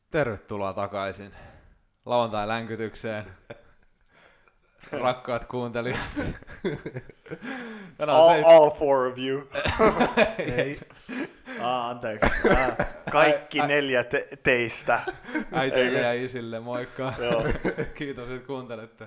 Tervetuloa takaisin lauantai-länkytykseen, rakkaat kuuntelijat. All four of you. Ei. Anteeksi. Kaikki neljä teistä. Äitille ja isille, moikka. Joo. Kiitos, että kuuntelette.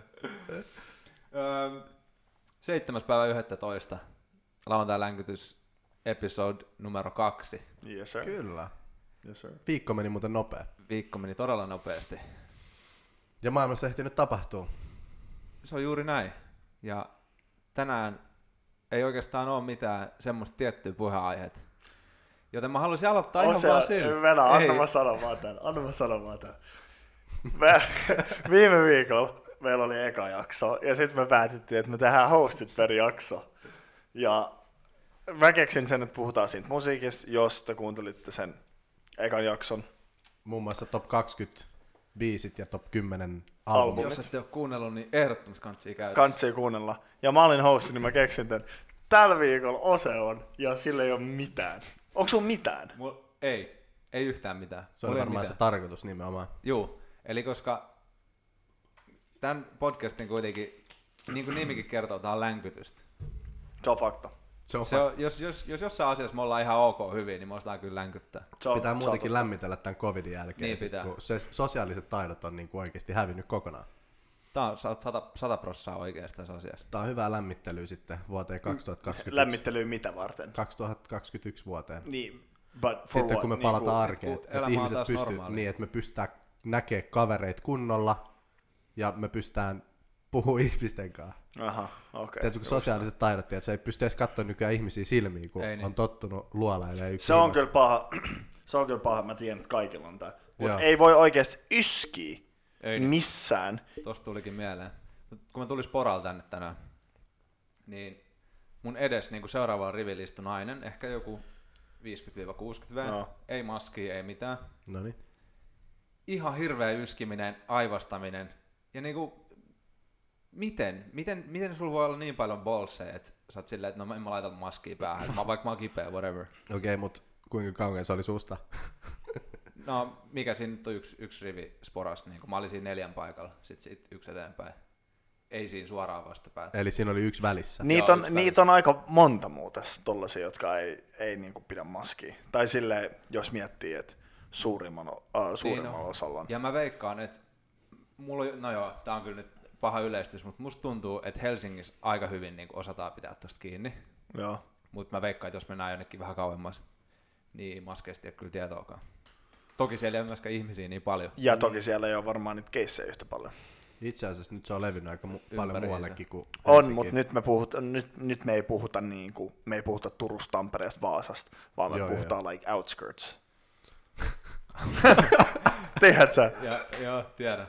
7.11. lauantai-länkytys, episode numero 2. Yes, sir. Kyllä. Yes, sir. Viikko meni muuten nopea. Viikko meni todella nopeasti. Ja maailmassa ehtinyt tapahtuu. Se on juuri näin. Ja tänään ei oikeastaan ole mitään semmoista tiettyä puheenaiheet. Joten mä haluaisin aloittaa ihan vaan sillä. Anna mä sanon vaan tämän. Viime viikolla meillä oli eka jakso, ja sitten me päätettiin, että me tehdään hostit per jakso. Ja mä keksin sen, että puhutaan siitä musiikista, jos te kuuntelitte sen ekan jakson. Muun muassa top 20 biisit ja top 10 Albumit. albumit. Jos ette ole kuunnellut, niin ehdottomasti kantsii käydä. Kantsii kuunnella. Ja mä olin hosti, niin mä keksin tämän. Tällä viikolla Ose on, ja sillä ei ole mitään. Onko sulla mitään? Ei yhtään mitään. Se oli varmaan se tarkoitus nimenomaan. Juu, eli koska tämän podcastin kuitenkin, niin kuin nimikin kertoo, tämä on länkytystä. Se on fakta. Jos jossain asiassa me ollaan ihan ok hyvin, niin me osataan kyllä länkyttää. Pitää muutenkin lämmitellä tämän covidin jälkeen, Niin siis, pitää. kun sosiaaliset taidot on niin kuin oikeasti hävinnyt kokonaan. Tämä on 100% oikeassa tässä asiassa. Tämä on hyvää lämmittelyä sitten vuoteen 2021. Lämmittelyä mitä varten? 2021 vuoteen. Niin, but for Sitten what? kun me Niin palataan arkeen, kun että elämä on ihmiset taas pystyy, normaalia. niin, että me pystytään näkemään kavereita kunnolla ja me pystytään puhua ihmisten kanssa. Aha, okei. Tiedätkö, kun sosiaaliset taidot, että sä ei pysty edes katsoa nykyään ihmisiä silmiin, kun Ei niin. on tottunut luolailemaan yksin. Se on kyllä paha. Se on kyllä paha, mä tiedän, että kaikilla on tää. Joo. Mutta ei voi oikeasti yskiä Ei niin. missään. Tosta tulikin mieleen. Kun mä tulin Sporalla tänne tänään, niin mun edes niin seuraavalla rivillä istui nainen, ehkä joku 50-60 V, Joo. ei maskia, ei mitään. Noniin. Ihan hirveä yskiminen, aivastaminen. Ja niinku, miten sulla voi olla niin paljon bolseja, että sä oot silleen, että no en mä laita maskia päähän, että vaikka mä oon kipeä, whatever. Okei, mutta kuinka kauan se oli susta? No, mikä siinä nyt on yksi rivi Sporasta, niin mä olin siinä 4 paikalla, sit yksi eteenpäin. Ei siinä suoraan vastapäätä. Eli siinä oli yksi välissä. Niitä on aika monta muuta tollasia, jotka ei niinku pidä maskia. Tai silleen, jos miettii, että suurimmalla osalla on. Ja mä veikkaan, että mulla on, no joo, tää on kyllä nyt paha yleistys, mutta musta tuntuu, että Helsingissä aika hyvin niin osataan pitää tosta kiinni. Joo. Mutta mä veikkaan, että jos mennään jonnekin vähän kauemmas, niin maskeista ei ole kyllä tietoakaan. Toki siellä ei ole myöskään ihmisiä niin paljon. Ja toki siellä ei ole varmaan niitä keissejä yhtä paljon. Itse asiassa nyt se on levinnyt aika paljon muuallekin kuin On, Helsinkiin. mutta nyt me ei puhuta niinku, me ei puhuta Turusta, Tampereesta, Vaasasta, vaan me puhutaan like outskirts. Tiedät sä? Joo, tiedän.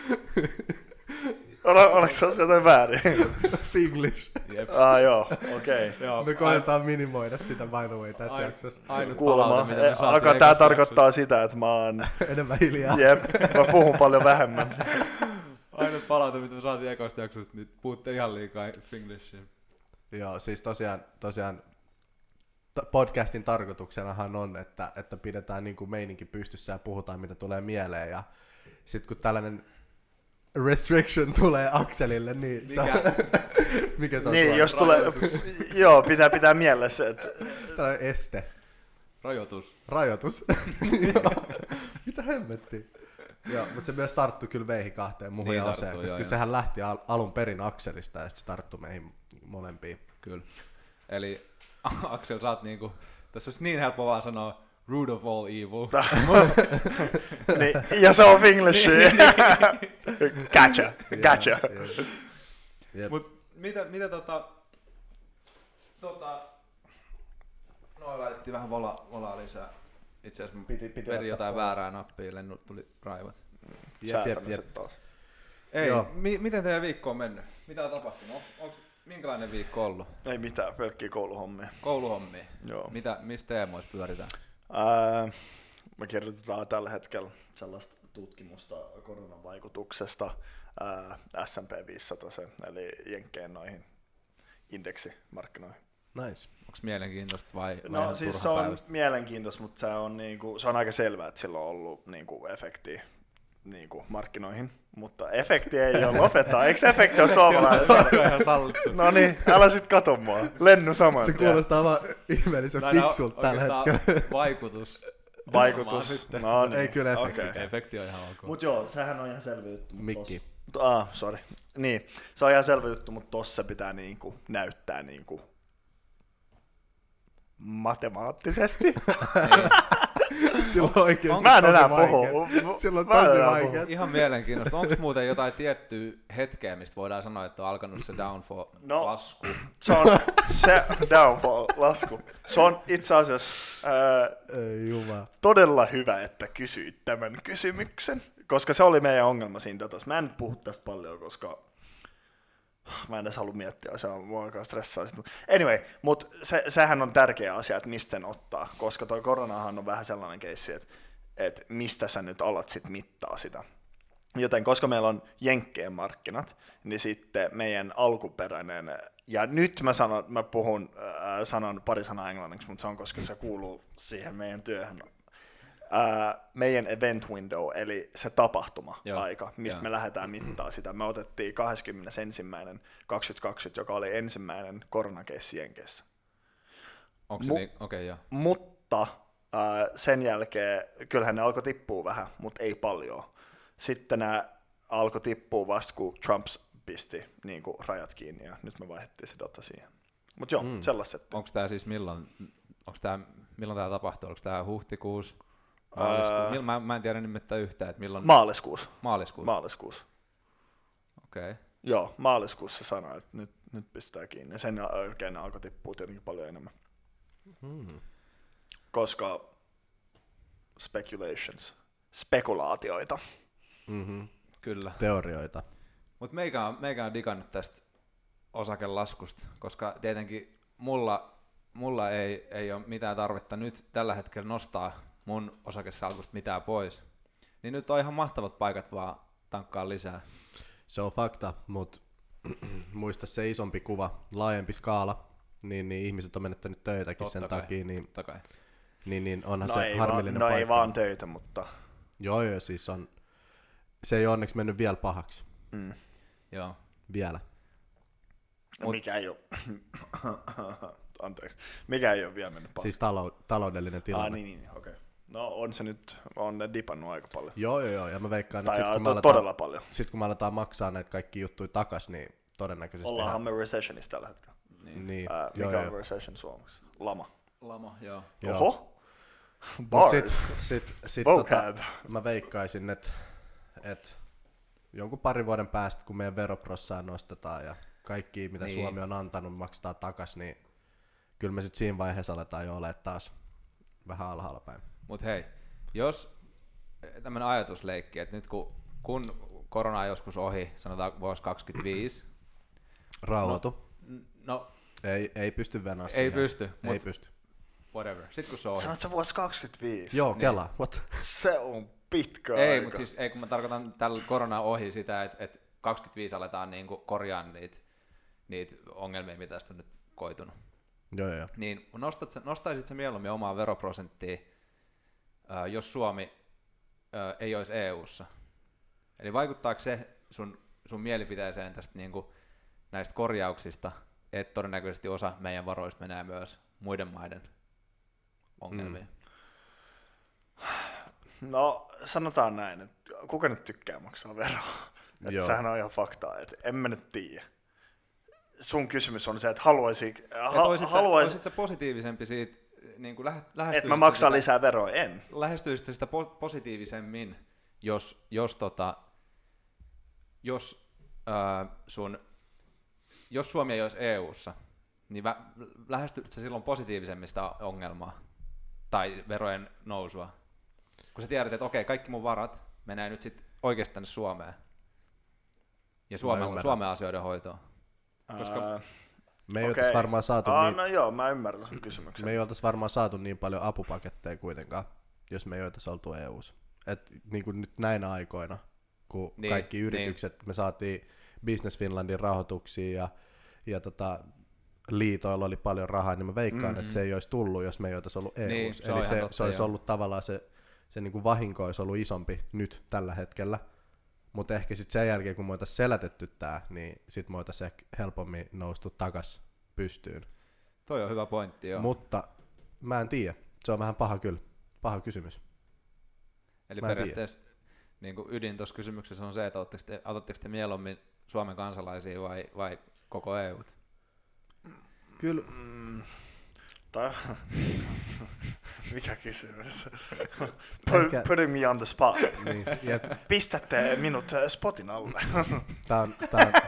Oliko se jotain väärin? Finglish. Jep. Joo, okei. Joo, Me koetaan minimoida sitä by the way tässä jaksossa. Ainut Kuulemma, palaute, mitä me saatiin tää ekasta tarkoittaa sitä, että mä oon, Enemmän hiljaa. jep, mä puhun paljon vähemmän. ainut palaute, mitä me saatiin ekasta jaksosta, niin puhutte ihan liikaa Finglishia. Joo, siis tosiaan podcastin tarkoituksenahan on, että pidetään niin kuin meininki pystyssä ja puhutaan mitä tulee mieleen. Ja sitten kun tällainen restriction tulee Akselille, niin se on, mikä se on Niin, suora? jos tulee, joo, pitää mielessä, että Tällainen este. Rajoitus. Joo. Mitä hemmettiä? Joo, mutta se myös tarttui kyllä meihin kahteen muuhun Niin ja Oseen, tarttui, koska joo. sehän lähti alun perin Akselista ja sitten se tarttui meihin molempiin. Kyllä. Eli Aksel, sä oot niinku, tässä olisi niin helppo vaan sanoa root of all evil. niin, ja se on Finglish. Gotcha. Jep. Mut mitä noin laitettiin vähän volaa lisää. Itse asiassa Piti vedin laittaa jotain pois. väärää nappia, lennut tuli raivat. Säätämiset taas. Ei, Joo. miten teidän viikko on mennyt? Mitä on tapahtunut? Minkälainen viikko ollut? Ei mitään, pelkkiä kouluhommia. Kouluhommia? Joo. Mistä teemoissa pyöritään? Me kirjoitetaan tällä hetkellä sellaista tutkimusta koronan vaikutuksesta S&P 500, eli Jenkkeen noihin indeksimarkkinoihin. Nice. Onko mielenkiintoista vai No ihan siis se turha on päivästä? mielenkiintoista, mutta se on aika selvää, että sillä on ollut niinku efekti niinku markkinoihin, mutta efekti ei ole lopettaa. Eikö efekti ole suomalainen? Se on ihan sallittu. No niin, älä sit kato mua. Lennu saman Se tien. kuulostaa vaan ihmeellisen fiksulta tällä hetkellä. Vaikutus. Vaikutus. No niin. Ei kyllä efekti. Okei. Efekti on ihan ok. Mut joo, sehän on ihan selvä juttu. mut Mikki. Sorry. Niin, se on ihan selvä juttu, mutta tossa pitää niinku näyttää niinku matemaattisesti. Niin. Silloin oikeesti Mä en tosi enää vaikea. puhu. Silloin Mä en tosi enää vaikea. Ihan mielenkiintoista. Onko muuten jotain tiettyä hetkeä, mistä voidaan sanoa, että on alkanut se downfall-lasku? Se on se downfall-lasku. Se on itse asiassa Ei jumala. todella hyvä, että kysyit tämän kysymyksen, koska se oli meidän ongelma siinä datassa. Mä en puhu tästä paljon, koska mä en edes halua miettiä, se on mua alkaa stressaa. Anyway, mutta sehän on tärkeä asia, että mistä sen ottaa, koska toi koronahan on vähän sellainen keissi, että mistä sä nyt alat sit mittaa sitä. Joten koska meillä on Jenkkien markkinat, niin sitten meidän alkuperäinen, ja nyt mä sanon pari sanaa englanniksi, mutta se on koska se kuuluu siihen meidän työhön, meidän event window, eli se tapahtuma-aika, mistä me lähdetään mittaa sitä. Me otettiin 21.2020, joka oli ensimmäinen koronakeissi Jenkeissä. Onko se niin? Okei, joo. Mutta sen jälkeen, kyllähän ne alkoi tippua vähän, mutta ei paljon. Sitten nämä alkoi tippua vasta, kun Trump pisti niin kuin rajat kiinni, ja nyt me vaihdettiin se data siihen. Mutta joo, sellaiset. Onko tämä siis milloin tämä tapahtuu? Onko tämä huhtikuussa? Mä en tiedä nimittäin yhtään, että milloin... Maaliskuussa. Maaliskuussa. Okei. Okay. Joo, maaliskuussa sanoi, että nyt pistetään kiinni. Ja sen jälkeen ne alkoi tippua tietenkin paljon enemmän. Koska spekulaatioita. Kyllä. Teorioita. Mutta meikä on digannut tästä osakelaskusta, koska tietenkin mulla ei ole mitään tarvetta nyt tällä hetkellä nostaa mun osakesalkusta mitään pois. Niin nyt on ihan mahtavat paikat vaan tankkaa lisää. Se on fakta, mutta muista se isompi kuva, laajempi skaala, niin ihmiset on menettänyt töitäkin Totta sen kai. takia, Totta niin onhan No se ei harmillinen no paikka. ei vaan töitä, mutta... Joo, siis on. Se ei ole onneksi mennyt vielä pahaksi. Joo. Vielä. Mikä ei ole... Anteeksi. Mikä ei ole vielä mennyt pahaksi? Siis taloudellinen tilanne. Niin, okei. No on ne dipannut aika paljon. Joo, ja mä veikkaan, että Todella paljon. sit kun me aletaan maksaa näitä kaikki juttuja takas, niin todennäköisesti... Ollaanhan me recessionissa tällä hetkellä. Niin, Mikä on recession suomeksi? Lama. Joo. Oho! Mut Bars. sit Vocab. mä veikkaisin, että jonkun parin vuoden päästä, kun meidän veroprossaa nostetaan ja kaikki, mitä Suomi on antanut, maksetaan takas, niin kyllä me sitten siinä vaiheessa aletaan jo olemaan taas vähän alhaalla päin. Mut hei, jos tämmönen ajatusleikki, että nyt kun korona on joskus ohi, sanotaan vuosi 2025, Rauhoitu. no Ei pysty venää ei siihen. pysty, Ei pysty. whatever, sit kun se on ohi. Sanoit sä vuosi 25? Joo, kela. What? Se on pitkä Ei, aika. mutta siis ei, kun mä tarkoitan tällä korona ohi sitä, että 25 aletaan niinku korjaan niitä ongelmia, mitä tästä on nyt koitunut. Joo. Niin nostaisit sä mieluummin omaa veroprosenttia, jos Suomi ei olisi EU:ssa? Eli vaikuttaako se sun mielipiteeseen tästä niinku näistä korjauksista, että todennäköisesti osa meidän varoista menee myös muiden maiden ongelmiin? No, sanotaan näin, että kuka nyt tykkää maksaa veroa? Että sehän on ihan faktaa, että en mä nyt tiedä. Sun kysymys on se, että Oisit sä positiivisempi siitä, niin kuin että mä maksan lisää veroa? En. Lähestyisit sitä positiivisemmin, jos Suomi ei olisi EU:ssa, niin lähestyisit sä silloin positiivisemmin sitä ongelmaa tai verojen nousua? Kun sä tiedät, että okei, kaikki mun varat menee nyt sitten oikeasti tänne Suomeen ja Suomen asioiden hoitoon. Koska me ei oltaisi varmaan saatu No joo, mä ymmärrän sun kysymyksen. Me ei oltaisi varmaan saatu niin paljon apupaketteja kuitenkaan, jos me ei oltaisi oltu EU:ssa. Et niin kuin nyt näinä aikoina, kun kaikki yritykset, me saatiin Business Finlandin rahoituksia ja liitoilla oli paljon rahaa, niin mä veikkaan, että se ei olisi tullut, jos me ei olisi ollut EU. Niin, se on Eli ihan totta, se olisi joo. ollut tavallaan se niin kuin vahinko olisi ollut isompi nyt tällä hetkellä. Mutta ehkä sitten sen jälkeen, kun me oltaisiin selätetty tää, niin sitten me oltaisiin ehkä helpommin noustu takas pystyyn. Toi on hyvä pointti, joo. Mutta mä en tiedä. Se on vähän paha kyllä. Paha kysymys. Eli mä en periaatteessa niin kuin ydin tuossa kysymyksessä on se, että otatteko te mieluummin Suomen kansalaisia vai koko EUt? Kyllä. Tai mikä kysymys? Ehkä- Putting me on the spot. Niin, jep. Pistätte minut spotin alle. Tää on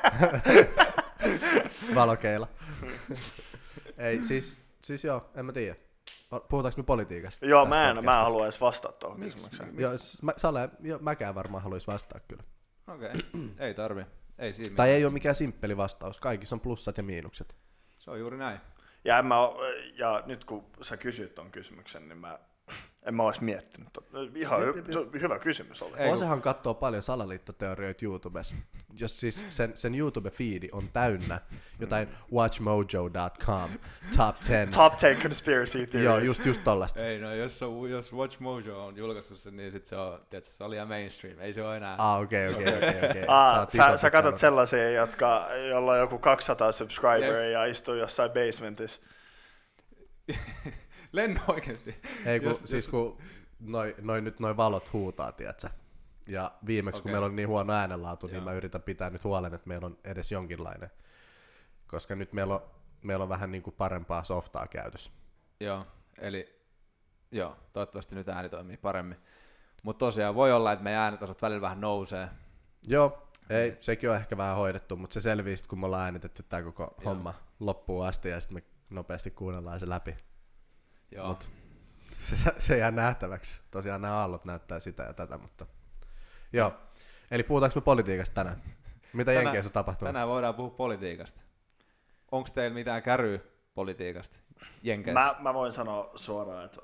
valokeila. Ei, siis joo, en mä tiedä. Puhutaanko me politiikasta? Joo, tässä mä en podcastissa? halua edes vastata tuohon kysymykseen. Joo, mäkään varmaan haluais vastata kyllä. Okei, ei tarvi. Ei siinä Tai mitään. ei ole mikään simppeli vastaus. Kaikissa on plussat ja miinukset. Se on juuri näin. Ja nyt kun sä kysyt ton kysymyksen, niin en mä ois miettinyt. Ihan hyvä kysymys oli. Ei, kun- Osahan katsoo paljon salaliittoteorioita YouTubessa. Jos siis sen YouTube-feedi on täynnä jotain watchmojo.com, top 10. Top 10 conspiracy theories. Joo, just tollasta. Ei, no jos Watch Mojo on julkaissut sen, niin sit se on, tiedätkö, se oli ihan mainstream. Ei se ole enää. Okei. Sä katsot sellaisia, jolla on joku 200 subscriberia ja istuu jossain basementissa. Lenno oikeesti. Ei, kun noi valot huutaa, tiedätkö? Ja viimeksi, kun Okei. meillä on niin huono äänenlaatu, niin Joo. mä yritän pitää nyt huolen, että meillä on edes jonkinlainen. Koska nyt meillä on vähän niin kuin parempaa softaa käytössä. Joo, eli toivottavasti nyt ääni toimii paremmin. Mutta tosiaan voi olla, että meidän äänitasot välillä vähän nousee. Joo, ei, sekin on ehkä vähän hoidettu, mutta se selvii sit, kun me ollaan äänitetty tää koko homma loppuun asti ja sitten me nopeasti kuunnellaan se läpi. Joo. Mut se jää nähtäväksi. Tosiaan nämä aallot näyttää sitä ja tätä, mutta joo. Eli puhutaanko me politiikasta tänään? Mitä Jenkeissä on tapahtunut? Tänään voidaan puhua politiikasta. Onko teillä mitään käryä politiikasta Jenkeissä? Mä voin sanoa suoraan, että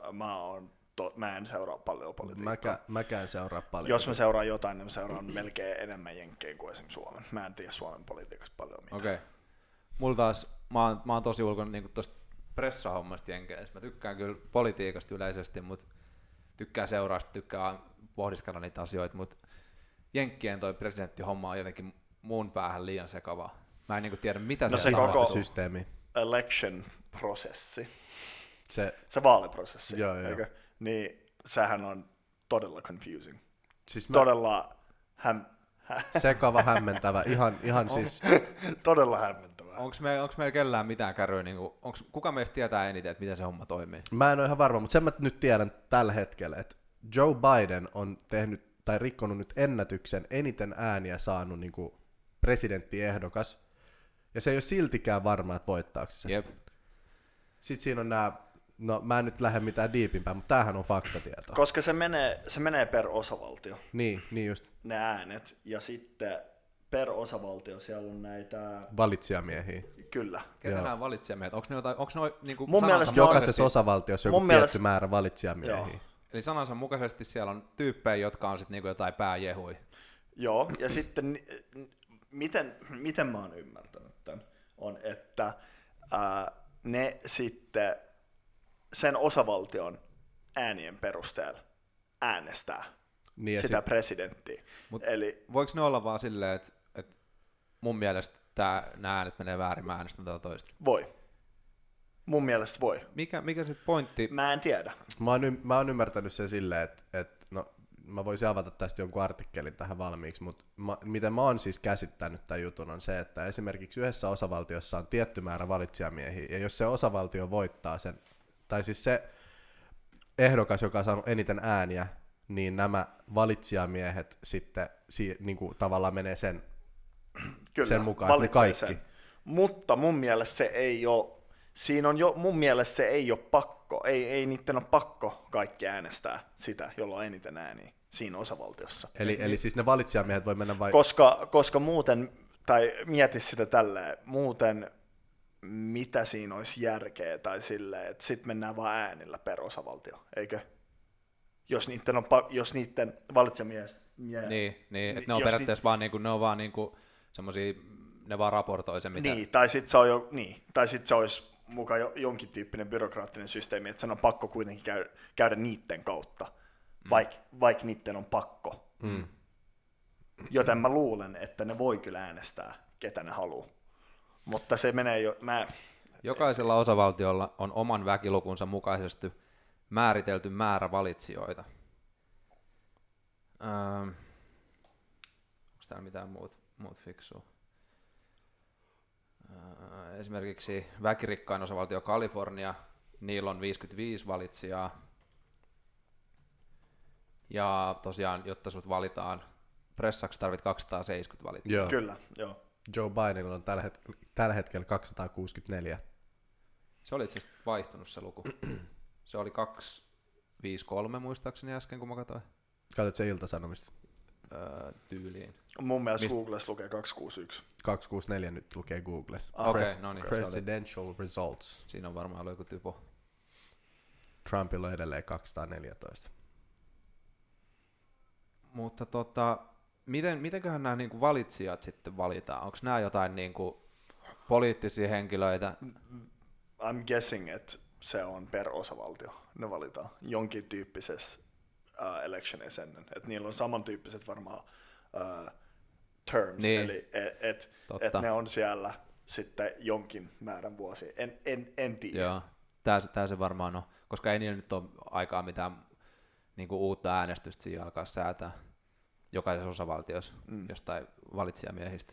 mä en seuraa paljon politiikkaa. Mäkään seuraa paljon. Jos mä seuraan jotain, niin mä seuraan melkein enemmän jenkkejä kuin esimerkiksi Suomen. Mä en tiedä Suomen politiikasta paljon mitään. Okei. Mulla taas, mä oon tosi ulkona niinku tosta pressahommasta Jenkeissä. Mä tykkään kyllä politiikasta yleisesti, mutta tykkään seuraa, tykkään pohdiskella niitä asioita, mutta Jenkkien toi presidenttihomma on jotenkin mun päähän liian sekavaa. Mä en niinku tiedä mitä No se se Ihmistä koko- systeemi. Election-prosessi, se vaaliprosessi, Joo. eikö? Niin sehän on todella confusing. Siis Todella sekava, hämmentävä. Ihan siis. todella hämmentävää. Onko meillä kellään mitään käryä, niinku, kuka meistä tietää eniten, että miten se homma toimii? Mä en ole ihan varma, mutta sen mä nyt tiedän tällä hetkellä, että Joe Biden on tehnyt tai rikkonut nyt ennätyksen eniten ääniä saanut niin kuin presidenttiehdokas. Ja se ei ole siltikään varma, että voittaako se. Jep. Sitten siinä on nämä, no mä en nyt lähde mitään diipimpään, mutta tämähän on faktatieto. Koska se menee per osavaltio, Niin just. ne äänet, ja sitten per osavaltio siellä on näitä, Valitsijamiehiä. kyllä. Ketä Joo. nämä valitsijamiehet? Onko ne niinku Mun sanansa mielestä on- Jokaisessa osavaltiossa joku Mun tietty mielestä- määrä valitsijamiehiä. Joo. Eli sanansa mukaisesti siellä on tyyppejä, jotka on sitten niinku jotain pääjehui. Joo, ja sitten miten mä oon ymmärtänyt tämän, on, että ne sitten sen osavaltion äänien perusteella äänestää Niin ja sitä presidenttiä. Mut Eli voiko ne olla vaan silleen, että mun mielestä nämä äänet menee väärin, mä äänestän tätä toista? voi. Mun mielestä voi. Mikä se pointti? Mä en tiedä. Mä oon ymmärtänyt sen silleen, että no, mä voisin avata tästä jonkun artikkelin tähän valmiiksi, mutta miten mä oon siis käsittänyt tämän jutun on se, että esimerkiksi yhdessä osavaltiossa on tietty määrä valitsijamiehiä, ja jos se osavaltio voittaa sen, tai siis se ehdokas, joka on saanut eniten ääniä, niin nämä valitsijamiehet sitten niin kuin tavallaan menee sen mukaan, että ne valitsee kaikki. sen. Mutta mun mielestä se ei ole, mun mielestä se ei ole pakko, ei niiden ole pakko kaikki äänestää sitä, jolla on eniten ääniä siinä osavaltiossa. Eli siis ne valitsijamiehet voi mennä vai... Koska muuten, tai mieti sitä tälleen, muuten mitä siinä olisi järkeä tai silleen, että sit mennään vaan äänillä per osavaltio, eikö? Jos niiden valitsijamiehet... Niin, että ne on jos periaatteessa vaan, niinku, ne on vaan niinku semmosia ne vaan raportoi sen, mitä... Niin, tai sit se olisi mukaan jonkin tyyppinen byrokraattinen systeemi, että sen on pakko kuitenkin käydä niitten kautta, vaikka niitten on pakko. Joten mä luulen, että ne voi kyllä äänestää, ketä ne haluaa. Mutta se menee jo... Jokaisella osavaltiolla on oman väkilukunsa mukaisesti määritelty määrä valitsijoita. Onko täällä mitään muut fiksua? Esimerkiksi väkirikkain osavaltio Kalifornia, niillä on 55 valitsijaa. Ja tosiaan, jotta sut valitaan pressaksi, tarvit 270 valitsijaa. Joo. Kyllä, joo. Joe Bidenilla on tällä hetkellä 264. Se oli itse asiassa vaihtunut se luku. Se oli 253 muistaakseni äsken, kun mä katsoin Katsot se Ilta-Sanomista? tyyliin. Mun mielestä Googlessa lukee 261. 264 nyt lukee Googlessa. Okei, no niin. Presidential results. Siinä on varmaan ollut joku typo. Trumpilla on edelleen 214. Mutta mitenköhän nämä niinku valitsijat sitten valitaan? Onko nämä jotain niinku poliittisia henkilöitä? I'm guessing, että se on per osavaltio. Ne valitaan jonkin tyyppisessä electionissa ennen. Että niillä on samantyyppiset varmaan terms, Niin. eli että ne on siellä sitten jonkin määrän vuosia. En tiedä. Joo, tää se varmaan on, koska ei niillä nyt ole aikaa mitään niinku uutta äänestystä siinä alkaa säätää jokaisessa osavaltiossa jostain valitsijamiehistä.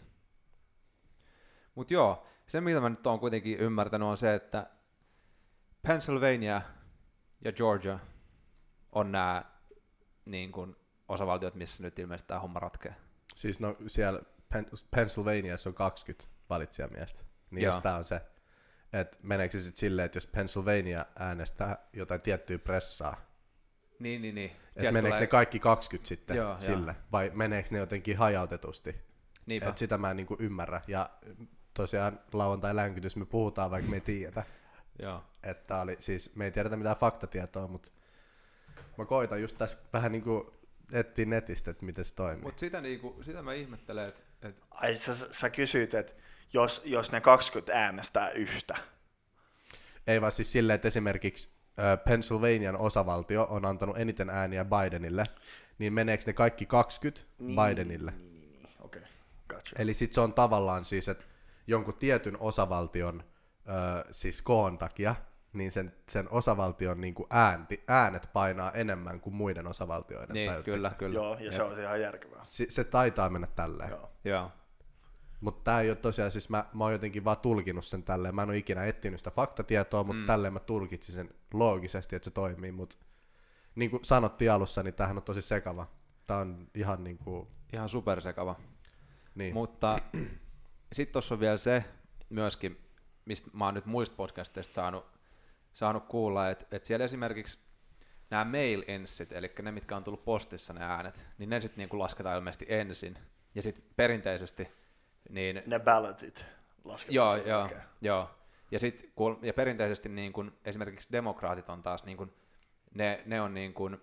Mutta joo, se mitä mä nyt oon kuitenkin ymmärtänyt on se, että Pennsylvania ja Georgia on nämä niin kuin osavaltiot, missä nyt ilmeisesti tämä homma ratkeaa. Siis no siellä Pennsylvaniassa on 20 valitsijamiestä. Niin jos tää on se, että meneekö se sitten silleen, että jos Pennsylvania äänestää jotain tiettyä pressaa, Niin. että meneekö ne kaikki 20 sitten Joo, sille, vai meneekö ne jotenkin hajautetusti? Niinpä. Että sitä mä en niinku ymmärrä. Ja tosiaan lauantai-länkytys me puhutaan, vaikka me ei tiedetä. Joo. Että siis me ei tiedetä mitään faktatietoa, mutta mä koitan just tässä vähän niinku etsiä netistä, että miten se toimii. Mutta sitä mä ihmettelen, että Ai sä kysyit, että jos ne 20 äänestää yhtä. Ei vaan siis silleen, että esimerkiksi Pennsylvanian osavaltio on antanut eniten ääniä Bidenille, niin meneekö ne kaikki 20 Bidenille? Niin. Okei, gotcha. Eli sitten se on tavallaan siis, että jonkun tietyn osavaltion siis koon takia, niin sen osavaltion niin kuin äänet painaa enemmän kuin muiden osavaltioiden. niin, kyllä. Joo, ja se on ihan järkevää. Se taitaa mennä tälleen. Joo. Mutta tämä ei ole tosiaan, siis mä oon jotenkin vaan tulkinut sen tälleen. Mä en ole ikinä etsinyt sitä faktatietoa, mutta tälleen mä tulkitsin sen loogisesti, että se toimii. Mutta niin kuin sanottiin alussa, niin tämähän on tosi sekava. Tää on ihan niin kuin... Ihan supersekava. Niin. Mutta sitten tuossa on vielä se myöskin, mistä mä oon nyt muista podcasteista saanut kuulla, että siellä esimerkiksi nämä mail-insit, eli ne, mitkä on tullut postissa ne äänet, niin ne sitten niinku lasketaan ilmeisesti ensin. Ja sitten perinteisesti... Niin, Ne ballotit lasketaan sen jälkeen. Joo. Ja perinteisesti niin kun, esimerkiksi demokraatit on taas, niin kun, ne on niin kun,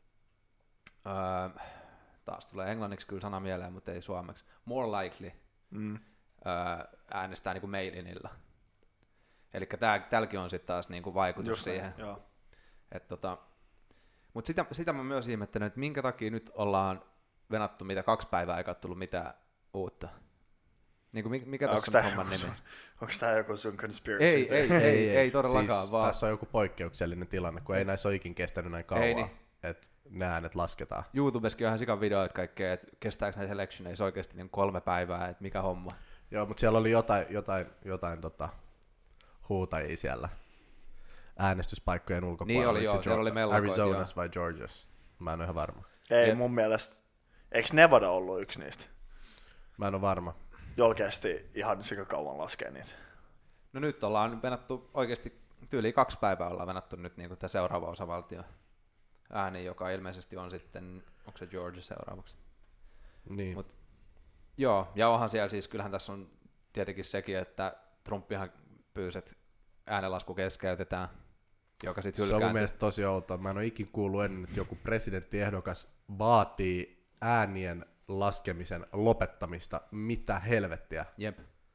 taas tulee englanniksi kyllä sana mieleen, mutta ei suomeksi, more likely äänestää niin kuin mail-inillä. Eli tälläkin on sitten taas niin kuin vaikutus Just siihen. Joo. Mutta sitä mä myös ihmettelen, että minkä takia nyt ollaan venattu 2 päivää eikä ole tullut mitään uutta. Niin kuin mikä tässä on homman nimi? Onko tämä joku sun conspiracy? Ei todellakaan. Siis vaan tässä on joku poikkeuksellinen tilanne, kun ei näissä ole ikin kestänyt näin kauan, Ei niin. että ne äänet lasketaan. YouTubessakin on ihan sikan videoita kaikkea, että kestääkö näissä electioneissa oikeasti niin 3 päivää, että mikä homma. Joo, mutta siellä oli jotain huutajia siellä äänestyspaikkojen ulkopuolella. Niin oli, Oliko joo, se siellä oli mellakoita, Arizonas vai Georgias? Mä en ole ihan varma. Ei, mun mielestä. Eikö Nevada ollut yksi niistä? Mä en ole varma. Jolla kesti ihan sikakauan laskea niitä. No nyt ollaan venattu oikeasti tyyliin 2 päivää ollaan venattu nyt niin tämä seuraava osavaltio ääni, joka ilmeisesti on sitten, onko se Georgia seuraavaksi? Niin. Joo, ja onhan siellä siis, kyllähän tässä on tietenkin sekin, että Trumpihan pyysi, että äänenlasku keskeytetään, joka sitten hylkääntyi. Se on mun mielestä tosi outoa. Mä en ole ikin kuullut ennen, että joku presidenttiehdokas vaatii äänien laskemisen lopettamista. Mitä helvettiä? Jep.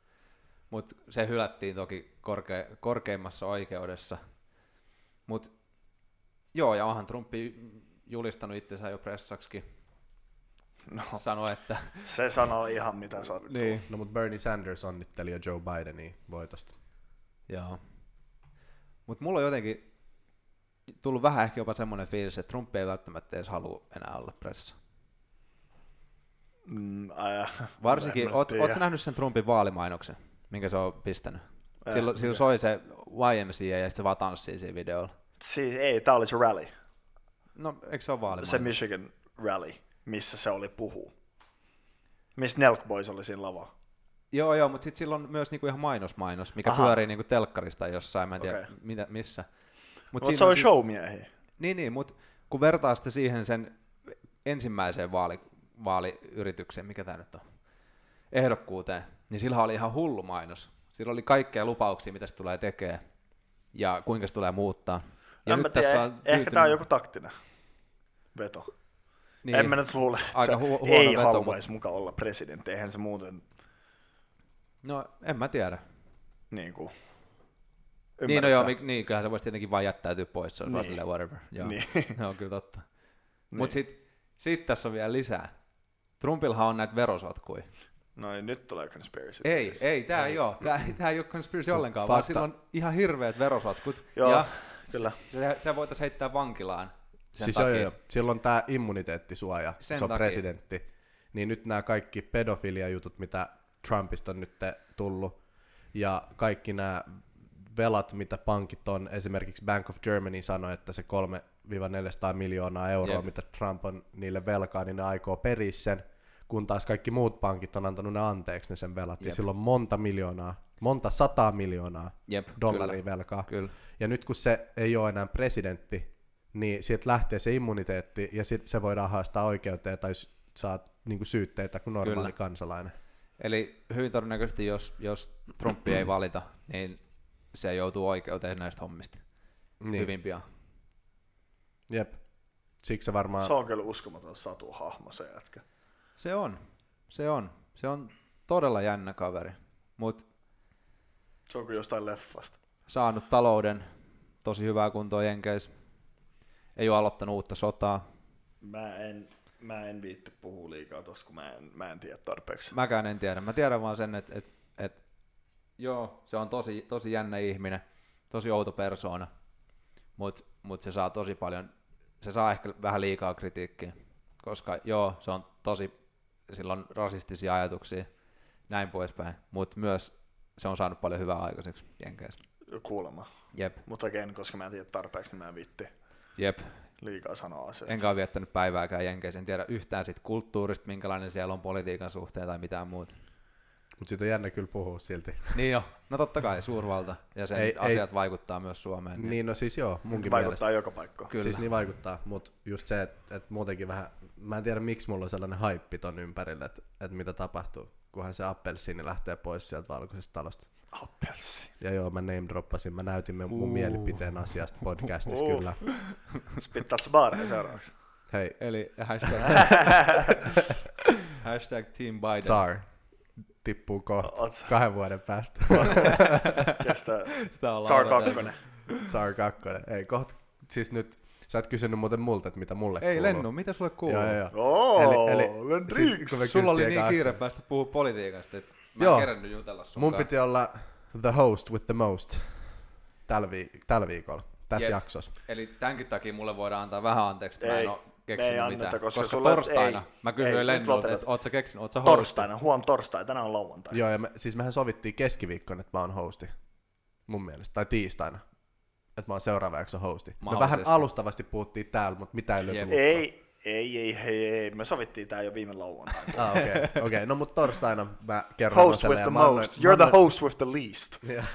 Mutta se hylättiin toki korkeimmassa oikeudessa. Mutta joo, ja onhan Trumpi julistanut itsensä jo pressaksikin. No, Sanoi, että... se sanoo ihan mitä sattuu. niin. No mutta Bernie Sanders onnitteli jo Joe Bidenia voitosta. Joo. Mutta mulla on jotenkin tullut vähän ehkä jopa semmoinen fiilis, että Trump ei välttämättä edes halua enää olla pressa. Varsinkin, ootko nähnyt sen Trumpin vaalimainoksen, minkä se on pistänyt? Silloin soi se YMCA ja sitten se vaan tanssii siinä videolla. Siis ei, tää oli se rally. No, eikö se ole vaalimainos? Se Michigan rally, missä se oli puhuu. Missä Nelk Boys oli siinä lavalla. Joo, mutta sitten sillä on myös niinku ihan mainos, mikä pyörii niinku telkkarista jossain, mä en tiedä missä. Mutta se on showmiehiä. Niin, mutta kun vertaa sitä siihen sen ensimmäiseen vaaliyritykseen, mikä tämä nyt on, ehdokkuuteen, niin sillä oli ihan hullu mainos. Sillä oli kaikkea lupauksia, mitä se tulee tekemään ja kuinka se tulee muuttaa. Ja en nyt tiedä, tässä on ehkä tämä on joku taktinen veto. niin, en mä nyt luule, että aika se huono ei veto, haluaisi mukaan olla presidentti. Eihän se muuten No, en mä tiedä. niin kuin... Niin, no joo, niin, kyllähän se voisi tietenkin vaan jättäytyä pois, se on vaan silleen whatever. Joo, Niin. joo kyllä totta. Niin. Mutta sitten tässä on vielä lisää. Trumpillahan on näitä verosotkuja. No niin, nyt tulee conspiracy. Ei, tää ei ole. Tää ei ole conspiracy ollenkaan, Fakta. vaan sillä on ihan hirveät verosotkut. Joo, ja kyllä. Se voitaisiin heittää vankilaan sen Siis takia. joo. Sillä on tää immuniteettisuoja, Sen se on takia. presidentti. Niin nyt nämä kaikki pedofilia-jutut, mitä Trumpista on nyt tullut, ja kaikki nämä velat, mitä pankit on, esimerkiksi Bank of Germany sanoi, että se 300–400 miljoonaa euroa, Jep. mitä Trump on niille velkaa, niin ne aikoo periä sen, kun taas kaikki muut pankit on antanut ne anteeksi ne sen velat, ja Jep. sillä on monta 100 miljoonaa Jep, dollaria velkaa. Kyllä. Ja nyt kun se ei ole enää presidentti, niin sieltä lähtee se immuniteetti, ja se voidaan haastaa oikeuteen, tai saat niinku syytteitä kuin normaali Kyllä. kansalainen. Eli hyvin todennäköisesti, jos Trumpi ei valita, niin se joutuu oikeuteen näistä hommista Niin. hyvin pian. Jep. Siksi se varmaan... Se on kyllä uskomaton satuhahmo se jätkä. Se on todella jännä kaveri, mutta Se on kuin jostain leffasta. saanut talouden tosi hyvää kuntoa Jenkeissä. Ei ole aloittanut uutta sotaa. Mä en viitti puhua liikaa tosta, kun mä en tiedä tarpeeksi. Mäkään en tiedä. Mä tiedän vaan sen, että joo, se on tosi jännä ihminen, tosi outo persoona, mut se saa tosi paljon, se saa ehkä vähän liikaa kritiikkiä, koska joo, se on sillä on rasistisia ajatuksia, näin poispäin, mutta myös se on saanut paljon hyvää aikaiseksi Jenkeissä. Kuulemma. Jep, Mutta again, koska mä en tiedä tarpeeksi, niin mä en viitti jep. liikaa sanoa asioista. Enkä ole viettänyt päivääkään Jenkeissä, en tiedä yhtään siitä kulttuurista, minkälainen siellä on politiikan suhteen tai mitään muuta. Mutta siitä on jännä kyllä puhua silti. Niin jo, no totta kai, suurvalta, ja sen asiat vaikuttaa myös Suomeen. Niin no siis joo, munkin Vaikuttaa mielestä. joka paikkaan. Kyllä. Siis niin vaikuttaa, mutta just se, että muutenkin vähän, mä en tiedä miksi mulla on sellainen haippi ton ympärillä, että mitä tapahtuu, kunhan se appelsiini lähtee pois sieltä valkoisesta talosta. Appelsi. Ja joo, mä name droppasin, mä näytin mun mielipiteen asiasta podcastissa kyllä. Spittaat sä baareja seuraavaksi? Hei, Eli hashtag Team Biden. Tsar tippuu kohta Oot- 2 vuoden päästä. Kestää Sitä ollaan Tsar odoteltu. 2. Tsar 2. Ei kohta, siis nyt, sä et kysynyt muuten multa, että mitä mulle Ei kuuluu. Lennu, mitä sulle kuuluu? Joo. Siis, kun me Sulla oli kysyttiin niin eka kiire Akselta. päästä puhua politiikasta, että mä Joo. en kerännyt jutella sun Mun kanssa. piti olla the host with the most tällä viikolla, tässä Jep. jaksossa. Eli tämänkin takia mulle voidaan antaa vähän anteeksi, että mä en Ei, oo me ei keksinyt anneta, mitään. koska Koska sulla- torstaina ei, mä ei, kysyin nyt Lennulta, lopetat. että oot sä keksinyt, oot sä hosti? torstaina, torstai, tänään on lauantai. Joo, ja siis mehän sovittiin keskiviikkona, että mä oon hosti, mun mielestä, tai tiistaina, että mä oon seuraava jakson hosti. Me vähän Mahdollisesti. alustavasti puhuttiin täällä, mutta mitä ei löyty Jep. lukkoon. Ei, me sovittiin tää jo viime lauantaina. Okei, no mutta torstaina mä kerron Host Roselle with ja the mä annoin- most, mä you're the annoin- host with the least.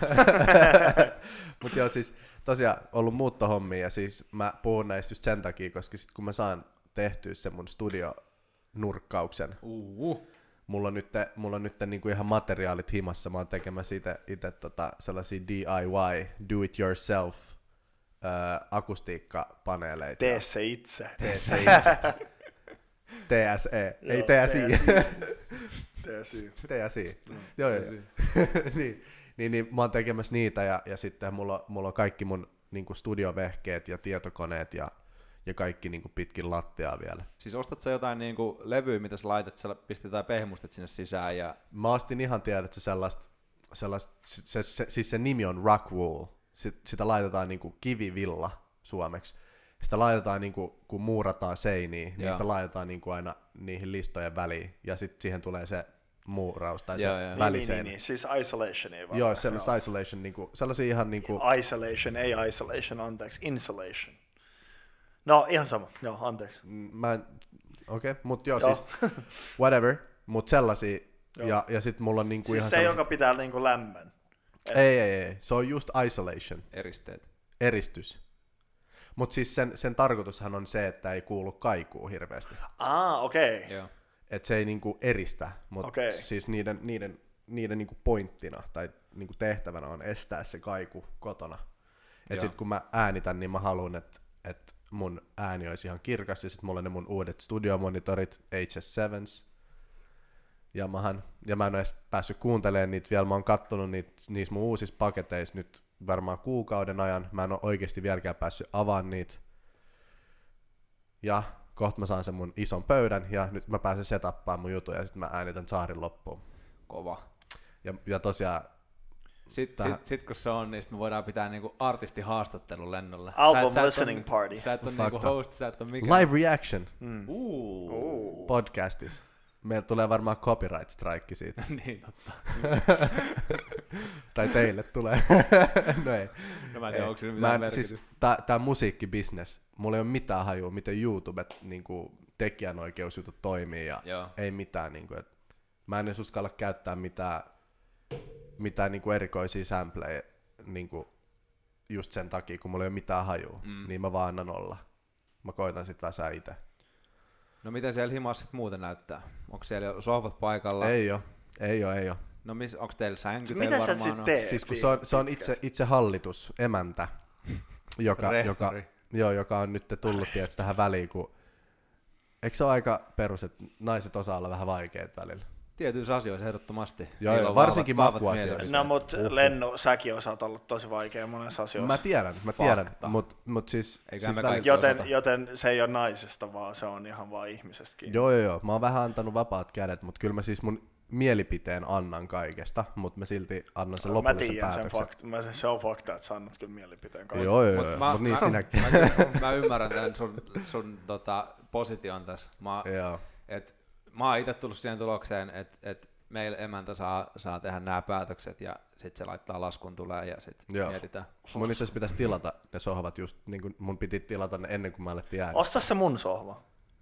Mutta joo, siis tosiaan ollut muuttohommia ja siis mä puhun näistä just sen takia, koska sit kun mä saan tehtyä sen mun studionurkkauksen, mulla on nyt niinku ihan materiaalit himassa, mä oon tekemässä itse sellaisia DIY, do it yourself, akustiikkapaneeleita. Tee se itse. Tee se itse. TSE, ei TSI. TSI. Joo. niin, mä oon tekemässä niitä ja sitten mulla on kaikki mun niinku studiovehkeet ja tietokoneet ja kaikki niinku pitkin lattiaa vielä. Siis ostat sä jotain niinku levyä, mitä sä laitat, sä pistet jotain pehmustet sinne sisään ja... Mä ostin ihan tiedätkö sellaista siis se nimi on Rockwool. Sitä laitetaan niinku kivivilla suomeksi. Sitä laitetaan niinku, kun muurataan seiniä, niin sitä laitetaan niinku aina niihin listojen väliin ja sitten siihen tulee se muuraus tai se väliseinä. Niin. Siis isolation ei vaan. Joo, sellaista isolation, niinku, sellaisia ihan niinku... Isolation, ei isolation, anteeksi, insulation. No, ihan sama, joo, anteeksi. Okei, mut joo, siis whatever, mut sellaisia, ja sit mulla on niinku siis ihan se, joka pitää niinku lämmön. Ei, se on just isolation. Eristeet. Eristys. Mut siis sen tarkoitushan on se, että ei kuulu kaikuu hirveästi. Okei. Joo. Et se ei niinku eristä, mutta siis niiden niinku pointtina tai niinku tehtävänä on estää se kaiku kotona. Et sit kun mä äänitän, niin mä haluan, että mun ääni olisi ihan kirkas ja sit mulla on ne mun uudet studiomonitorit HS7s Yamahan. Ja mä en ole edes päässyt kuuntelemaan niitä vielä, mä oon kattonut niissä mun uusissa paketeissa nyt varmaan kuukauden ajan. Mä en ole oikeasti vieläkään päässyt avaamaan niitä. Ja kohta mä saan sen mun ison pöydän ja nyt mä pääsen setappaan mun jutuja ja sit mä äänitän saarin loppuun. Kova. Ja tosiaan... Sitten kun se on, niin sit me voidaan pitää niinku artistihaastattelun lennolla. Album listening party. Sä et on niinku host, sä et on mikään. Live reaction. Podcastissa. Meillä tulee varmaan copyright strike siitä. Niin, totta. Tai teille tulee. No ei. No mä en tiedä, onko se mitään merkitys. Siis, tää musiikkibisnes, mulla ei ole mitään hajua, miten YouTube niinku, tekijänoikeusjutut toimii ja ei mitään. Niinku, mä en edes uskalla käyttää mitään niinku erikoisia sampleja niinku, just sen takia, kun mulla ei ole mitään hajua, niin mä vaan annan olla. Mä koitan sit väsää itse. No miten siellä himassa sit muuten näyttää? Onko siellä jo sohvat paikalla? Ei oo. No onko teillä sänky? Mitä sä sit teet? Siis kun se on itse hallitus, emäntä, joka on nyt tullut tietysti tähän väliin, kun eikö se ole aika perus, että naiset osaa olla vähän vaikeita välillä? Tietyissä asioissa ehdottomasti. Joo, varsinkin makuasioissa. No mut Lennu, säkin osaat olla tosi vaikea monessa asioissa. Mä tiedän, mut siis joten se ei ole naisesta, vaan se on ihan vaan ihmisestäkin. Joo. Mä oon vähän antanut vapaat kädet, mut kyllä mä siis mun mielipiteen annan kaikesta, mut mä silti annan sen lopullisen päätöksen. Se on fakta, että sä annat kyllä mielipiteen kaikesta. Joo, mut niin sinäkin. Mä ymmärrän tämän sun position tässä. Mä oon itse tullut siihen tulokseen, että meillä emäntä saa tehdä nämä päätökset ja sitten se laittaa laskun tulee ja sitten mietitään. Mun itse asiassa pitäisi tilata ne sohvat just niin kuin mun piti tilata ne ennen kuin mä alettiin äänittää. Osta se mun sohva.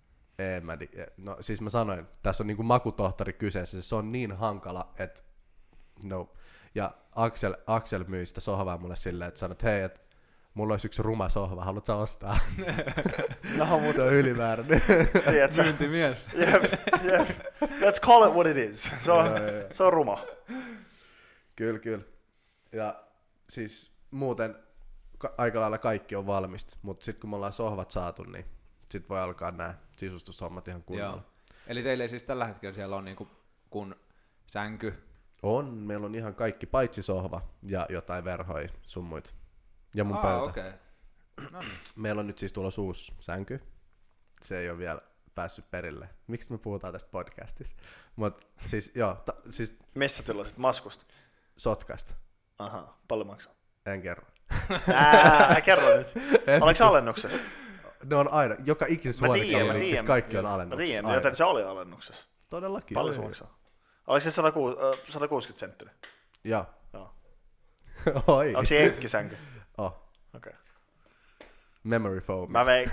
No siis mä sanoin, tässä on niinku makutohtori kyseessä, se on niin hankala, että no. Ja Axel myi sitä sohvaa mulle silleen, että sanoi, että hei, että mulla olisi yksi ruma sohva, haluat sä ostaa? No, mutta... Se on ylimääräinen. Myyntimies. Jep. Let's call it what it is. Se on ruma. Kyllä. Ja siis muuten aika lailla kaikki on valmista, mutta sitten kun me ollaan sohvat saatu, niin sitten voi alkaa nämä sisustushommat ihan kunnolla. Joo. Eli teille siis tällä hetkellä siellä on niinku kun sänky? Meillä on ihan kaikki, paitsi sohva ja jotain verhoja sun muita. Ja mun pöytä. Okay. No niin. Meillä on nyt siis tulossa uusi sänky. Se ei ole vielä päässyt perille. Miksi me puhutaan tästä podcastissa? Mut siis siis... Missä tilasit? Maskusta? Sotkasta. Aha, paljon maksaa? En kerro. Kerro nyt. Oliko se alennuksessa? Ne on aina, joka ikisessä huonekaluliikkeessä kaikki on alennuksessa. Mä tiedän, joten se oli alennuksessa. Todellakin. Paljon se maksaa? Oliko se 160 senttinen? Joo. Oi. Onko se jenkkisänky? Oh. Okei. Memory foam.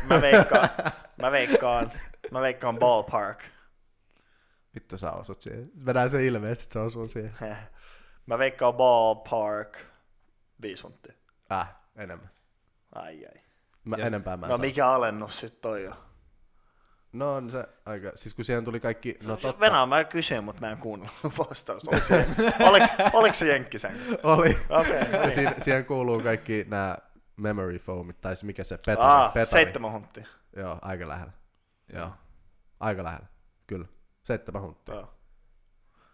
Mä veikkaan ballpark. Vittu sä osut siihen. Vedään se ilmeisesti, että se osuu siihen. Mä veikkaan ballpark 5 hunttia. Enemmän. Ai. Enempää mä no mikä alennus sit toi jo? No on se aika, siis kun siihen tuli kaikki, no totta. Venäjä mä kysyin, mutta mä en kuunnellut vastausta. Oliko se jenkkisänky? Oli. Okay, ja siihen kuuluu kaikki nämä memory foamit, tai mikä se petari. 7 hunttia. Joo, aika lähellä. Joo, aika lähellä, kyllä. 7 hunttia.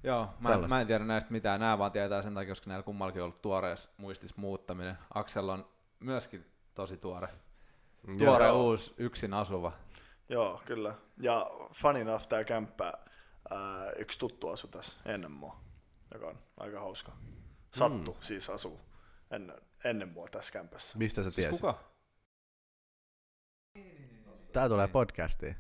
Joo, mä en tiedä näistä mitään. Nää vaan tietää sen takia, koska näillä kummallakin on ollut tuoreessa muistis muuttaminen. Aksel on myöskin tosi tuore uusi yksin asuva. Joo, kyllä. Ja fun enough tää kämppä, yksi tuttu asu tässä ennen mua, joka on aika hauska. Sattu siis asuu ennen mua tässä kämpässä. Mistä sä tiesit? Kuka? Tää tulee podcastiin.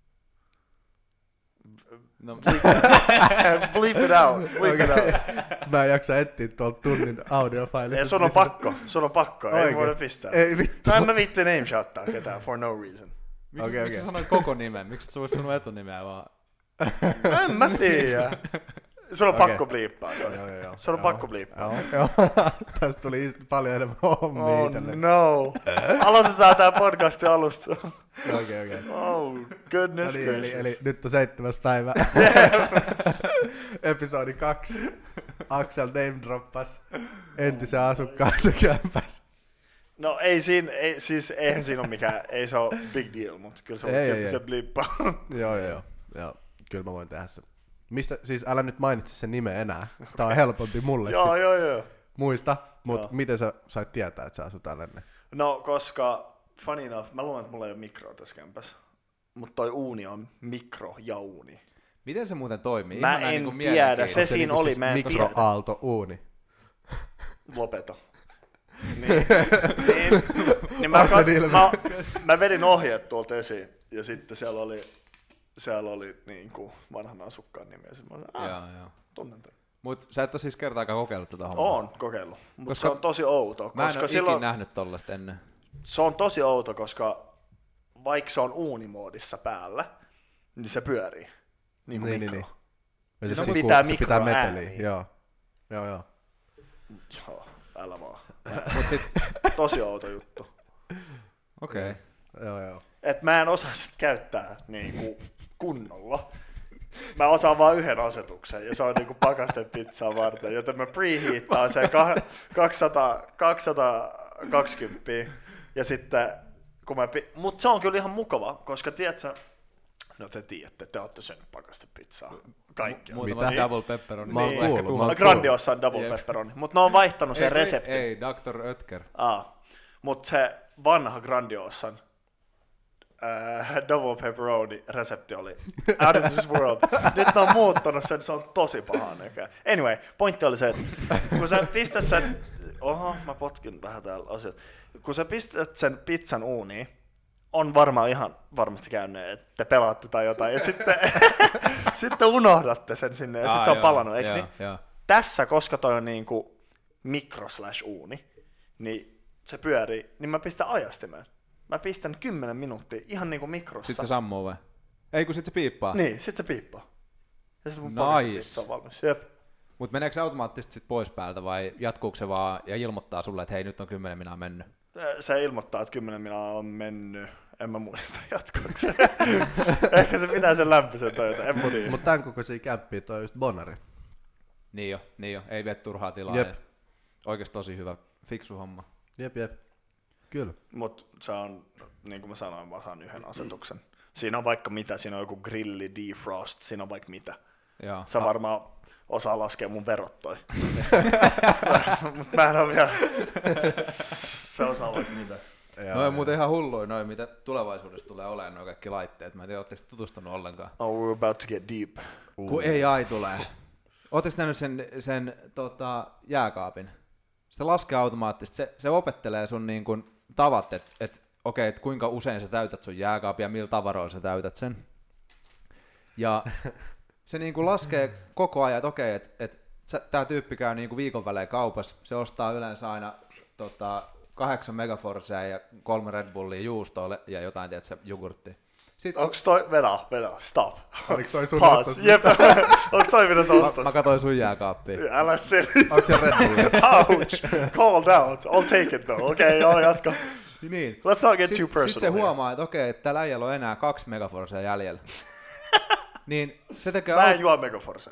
No, Bleep it out. Bleep it out. Mä en jaksa etsiä tuolta tunnin audiofailista. Ei, sun on pakko. Ei voida pistää. Ei vittu. Mä en mä viitti name shottaa ketään for no reason. miksi sä sanoit koko nimen? Miksi sä voit sanoa etunimeä vaan? En mä tiedä. Sun on pakko bliippaa toi. Joo. Sun on pakko bliippaa. Joo. Tästä tuli paljon enemmän hommia itselle. No. Aloitetaan tää podcastin alusta. Okei. Oh, goodness No niin, gracious. eli nyt on 7. päivä. Episodi 2. Aksel name droppas entisen asukkaansa kämpäs. No eihän siinä ole mikään, ei se ole big deal, mutta kyllä se on silti se bliippaa. Joo. Kyllä mä voin tehdä se. Mistä, siis älä nyt mainitse sen nimen enää. Tää on helpompi mulle. Joo. Muista, mutta miten sä sait tietää, että sä asut tällainen? No, koska funny enough, mä luulen, että mulla ei ole mikroa tässä kämpässä. Mutta toi uuni on mikro ja uuni. Miten se muuten toimii? Mä en tiedä, se siinä oli, siis mä en tiedä. mikroaalto uuni. Lopeta. Niin mä vedin ohjeet tuolta esiin ja sitten siellä oli niin kuin vanhan asukkaan nimi ja sitten mä Joo. tunnen tämän. Mut sä et ole siis kertaakaan kokeillut tätä hommaa? Oon kokeillut, mutta se on tosi outo. Mä en koska ole silloin, ikin nähnyt tollaista ennen. Se on tosi outo, koska vaikka se on uunimoodissa päällä, niin se pyörii. Niin kuin mikro. Niin. Ja Se se pitää meteliä. Joo. Joo, älä vaan. Mut sit, Tosi outo juttu. okei. Joo. Et mä en osaa sit käyttää niinku kunnolla. Mä osaan vaan yhden asetuksen ja se on niinku pakastepizzaa varten, joten mä preheattaan sen 220 ja sitten kun mut se on kyllä ihan mukava, koska tiedätkö, no te tiedätte, te ootte syönyt pakastepizzaa. Kaikki. Muutama double pepperoni. Mä oon kuullut. Grandiosa on double pepperoni, mutta ne on vaihtanut sen reseptin. Ei, Dr. Oetker. Mutta se vanha Grandiosan double pepperoni resepti oli out of this world. Nyt ne on muuttanut sen, se on tosi paha näköjään. Anyway, pointti oli se, että kun sä pistät sen, mä potkin vähän täällä asiat. Kun sä pistät sen pizzan uuniin, on varmasti käynyt, että te pelaatte tai jotain, ja sitten unohdatte sen sinne, ja sitten se on palannut, eikö niin? Joo. Tässä, koska toi on niinku mikro/uuni, niin se pyörii, niin mä pistän ajastimeen. Mä pistän 10 minuuttia ihan niinku mikrossa. Sitten se sammuu vai? Ei, kun sit se piippaa. Niin, sit se piippaa. Ja sit mun Nice. pakastepizza on valmis. Jep. Mut meneekö se automaattisesti sit pois päältä vai jatkuuko se vaan ja ilmoittaa sulle, että hei, nyt on 10 minaa mennyt? Se ilmoittaa, että 10 minaa on mennyt. En mä muista jatkuuko se. Ehkä se pitää sen lämpöisen tai jotain, en mä tiedä. Mutta tämän kokoisia kämppiä toi on just Bonnari. Niin jo. Ei vie turhaa tilaa. Jep. Oikeesti tosi hyvä, fiksu homma. Jep. Kyllä. Mut se on, niin kuin mä sanoin, mä saan yhden asetuksen. Siinä on vaikka mitä, siinä on joku grilli, defrost, siinä on vaikka mitä. Joo. Sä varmaan osaa laskea mun verot toi. Mut mä en oo vielä. Se osaa vaikka mitä. No on muuten ihan hulluin noin, mitä tulevaisuudessa tulee olemaan nuo kaikki laitteet. Mä en tiedä, ootteko tutustunut ollenkaan. Oh, we're about to get deep. Kun AI tulee. Ootteko nähnyt sen jääkaapin? Se laskee automaattisesti. Se opettelee sun niin kun tavat, että okei, et kuinka usein sä täytät sun jääkaapin ja millä tavaroilla sä täytät sen. Ja se niin kun laskee koko ajan, että okei, tää tyyppi käy niin kun viikon välein kaupassa. Se ostaa yleensä aina 8 megaforcea ja 3 Red Bullia juustoa ja jotain, tiedätkö, jogurttia. Sitten Onks toi, vedä, stop. Oliko toi sun Paas, ostos? jep. Onks toi minä ostos? mä katsoin sun jääkaappia. Älä selitä. Onko se Red Bullia? Ouch. Called out. I'll take it though. Okei, joo, jatka. Niin. Let's not get too personal. Sitten se huomaa, että okei, että täällä äijällä on enää 2 megaforcea jäljellä. Niin se tekee... Mä en juo Megaforcea.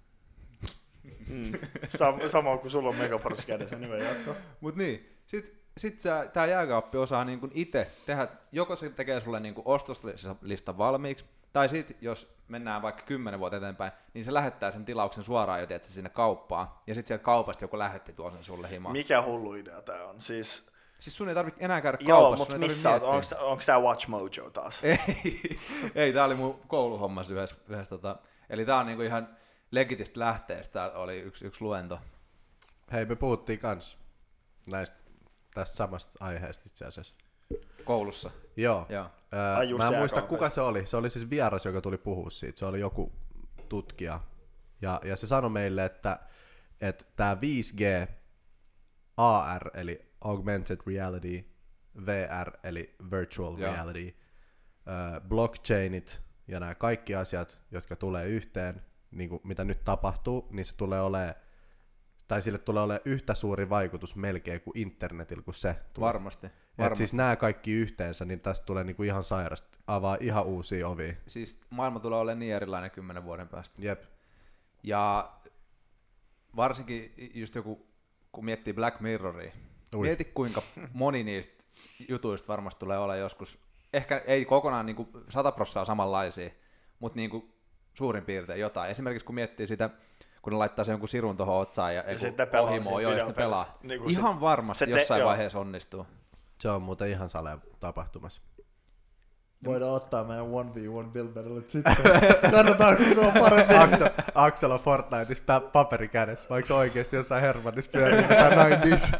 Sama kuin sulla on Megaforce kädessä, niin me jatko. Mut niin, sit tää jääkaappi osaa niinku itse tehdä, joko se tekee sulle niinku ostoslistan valmiiksi, tai sit jos mennään vaikka 10 vuotta eteenpäin, niin se lähettää sen tilauksen suoraan jo tietysti sinne kauppaan, ja sit sieltä kaupasta joku lähetti tuo sen sulle himaan. Mikä hullu idea tää on? Siis sun ei tarvitse enää käydä joo, kaupassa. mutta missä onko tää Watch Mojo taas? Ei, tää oli mun kouluhommassa yhdessä eli tää on niinku ihan legitistä lähteestä, tää oli yksi luento. Hei, me puhuttiin kans tästä samasta aiheesta itse asiassa. Koulussa? Joo. Mä en muista kuka se oli. Se oli siis vieras, joka tuli puhua siitä. Se oli joku tutkija. Ja se sanoi meille, että tämä 5G, AR eli Augmented Reality, VR eli Virtual Reality, blockchainit ja nämä kaikki asiat, jotka tulee yhteen, niin kuin mitä nyt tapahtuu, niin se tulee olemaan, tai sille tulee olemaan yhtä suuri vaikutus melkein kuin internetillä, kun se tulee. Varmasti. Et siis nämä kaikki yhteensä, niin tästä tulee niinku ihan sairasta, avaa ihan uusia ovia. Siis maailma tulee olemaan niin erilainen 10 vuoden päästä. Jep. Ja varsinkin just joku, kun miettii Black Mirroria, mieti kuinka moni niistä jutuista varmasti tulee olla joskus, ehkä ei kokonaan niinku 100% samanlaisia, mutta niinku suurin piirtein jotain. Esimerkiksi kun miettii sitä, kun ne laittaa sen jonkun sirun tuohon otsaan ja ohimoa, ja sitten pelaa. Niin ihan varmasti jossain vaiheessa onnistuu. Se on muuten ihan saleen tapahtumassa. Voidaan ottaa meidän 1v1 build battlet sitten. Katsotaan, kuka on parempi. Aksel on Fortniteissa paperi kädessä, vaikka se oikeesti jossain Hermannissa pyörii mitään 90s.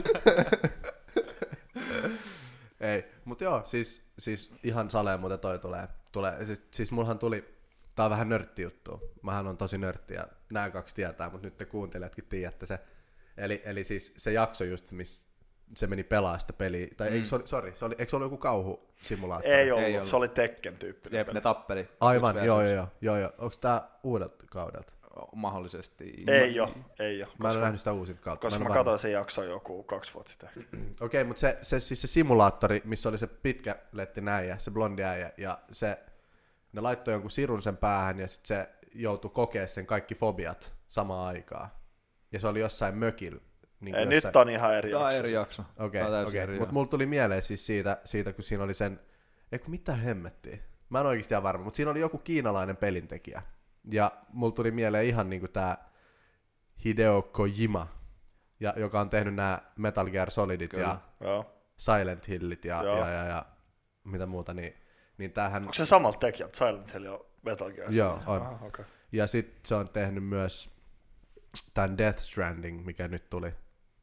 Ei, mut joo, siis ihan saleen muuten toi tulee. Siis mulhan tuli, tää on vähän nörttijuttu. Mähän on tosi nörtti ja nää kaksi tietää, mut nyt te kuuntelijatkin tiedätte se. Eli siis se jakso just, missä se meni pelaa sitä peliä, tai eikö se ollut joku kauhusimulaattori? Ei ollut, se oli Tekken tyyppinen. Jep, ne tappeli. Aivan, joo. Onko tää uudelta kaudelta? Mahdollisesti. Ei oo. Mä en ole nähnyt sitä uusinta kautta. Koska mä katsoin sen jakson joku 2 vuotta sitten. Okei, mutta se simulaattori, missä oli se pitkä letti äijä, se blondi äijä, ja ne laittoi jonkun sirun sen päähän, ja sit se joutui kokea sen kaikki fobiat samaan aikaan. Ja se oli jossain mökillä. Niin ei, nyt on ihan eri jakso. Tämä on eri jakso. Okei. Mutta mulla tuli mieleen siis siitä, kun siinä oli sen, eikö mitä hemmettiä? Mä en oikeasti ihan varma, mutta siinä oli joku kiinalainen pelintekijä. Ja mulla tuli mieleen ihan niinku tää Hideo Kojima, joka on tehnyt nämä Metal Gear Solidit ja Silent Hillit ja mitä muuta. Niin tämähän... Onko se samalta tekijältä, Silent Hill ja Metal Gear? Joo, on. Okay. Ja sit se on tehnyt myös tämän Death Stranding, mikä nyt tuli.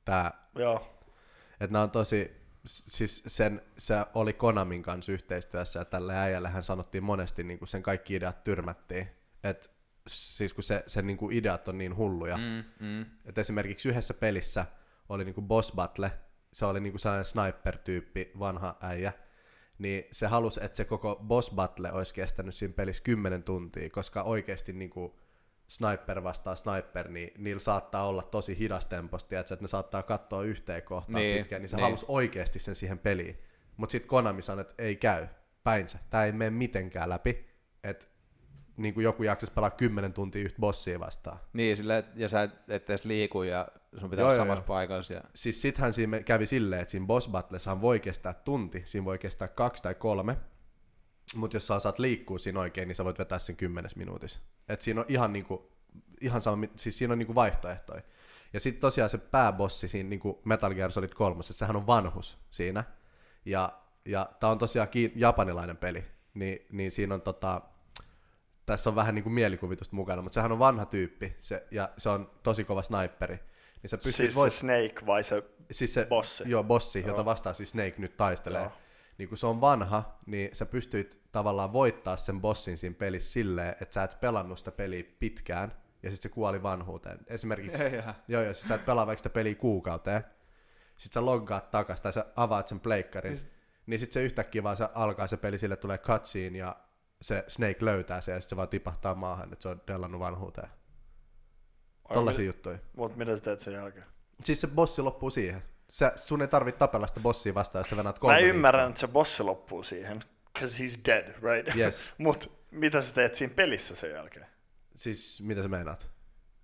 Että nämä on tosi, siis se oli Konamin kanssa yhteistyössä ja tälle äijällehän sanottiin monesti niin kuin sen kaikki ideat tyrmättiin. Että siis kun se niin kuin ideat on niin hulluja. Että esimerkiksi yhdessä pelissä oli niin kuin boss battle, se oli niin kuin sellainen sniper-tyyppi vanha äijä, niin se halusi, että se koko boss battle olisi kestänyt siinä pelissä 10 tuntia, koska oikeasti niin kuin sniper vastaa sniper, niin niillä saattaa olla tosi hidastemposti, että ne saattaa katsoa yhteen kohtaan pitkään, niin se halusi oikeasti sen siihen peliin. Mutta sitten Konami sanoi, että ei käy, päinsä, tämä ei mene mitenkään läpi, että niin kuin joku jaksaisi pelaa 10 tuntia yhtä bossia vastaan. Niin, ja sä et edes liiku ja sun pitää olla samassa paikassa. Ja... Siis sittenhän siinä kävi silleen, että siinä boss battlessahan voi kestää tunti, siinä voi kestää 2 tai 3, mutta jos sä osaat liikkua siinä oikein, niin sä voit vetää sen 10 minuutissa. Et siinä on ihan sama, siis siinä on niinku vaihtoehtoja. Ja sitten tosiaan se pääbossi siinä niinku Metal Gear Solid 3, sehän on vanhus siinä. Ja tää on tosiaan japanilainen peli, niin siinä on tässä on vähän niinku mielikuvitusta mukana, mutta sehän on vanha tyyppi, ja se on tosi kova sniperi. Niin siis se Snake vai se bossi? Joo, bossi, jota vastaan siis Snake nyt taistelee. Joo. Niin kun se on vanha, niin sä pystyit tavallaan voittaa sen bossin siinä pelissä silleen, että sä et pelannut sitä peliä pitkään, ja sit se kuoli vanhuuteen. Esimerkiksi, siis sä et pelaa vaikka sitä peliä kuukauteen, sit sä loggaat takas, tai sä avaat sen pleikkarin, niin sit se yhtäkkiä vaan alkaa se peli, sille tulee cutscene, ja se Snake löytää sen, ja sit se vaan tipahtaa maahan, että se on dellannut vanhuuteen. Tollaisia juttuja. Mutta mitä sä teet sen jälkeen? Siis se bossi loppuu siihen. Sun ei tarvitse tapella sitä bossia vastaan, jos sä venät 3 Mä ymmärrän, että se bossi loppuu siihen, cause he's dead, right? Yes. Mut mitä sä teet siinä pelissä sen jälkeen? Siis mitä sä meinaat?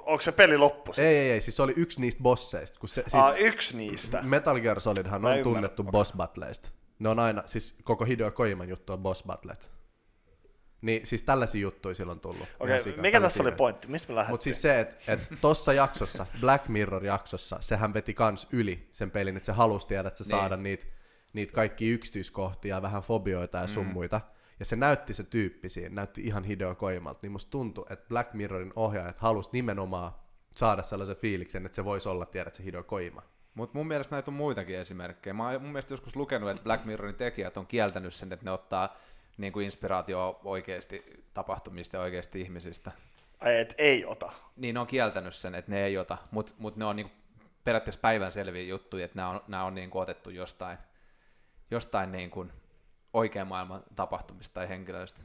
onko se peli loppu? Ei, siis se oli yksi niistä bosseista. Kun siis Yksi niistä. Metal Gear Solidhan on tunnettu boss battleista. Ne on aina, siis koko Hideo Kojiman juttu on boss battlet. Niin siis tällaisia juttuja silloin tullut. Okei, mikä tässä oli pointti? Mistä me lähdettiin? Mutta siis se, että tossa jaksossa, Black Mirror-jaksossa, sehän veti kans yli sen pelin, että se halusi tiedä, että se saada niitä kaikki yksityiskohtia, vähän fobioita ja summuita. Ja se näytti se tyyppi siinä, näytti ihan Hideo Kojimalta. Niin musta tuntui, että Black Mirrorin ohjaajat halusi nimenomaan saada sellaisen fiiliksen, että se voisi olla, tiedät se Hideo Kojima. Mutta mun mielestä näitä on muitakin esimerkkejä. Mä oon mun mielestä joskus lukenut, että Black Mirrorin tekijät on kieltänyt sen, että ne ottaa niin kuin inspiraatio oikeasti tapahtumista ja oikeasti ihmisistä. Ai, et ei ota. Niin ne on kieltänyt sen, että ne ei ota, mutta ne on niin periaatteessa päivänselviä juttuja, että nämä on niin kuin otettu jostain niin kuin oikean maailman tapahtumista tai henkilöistä.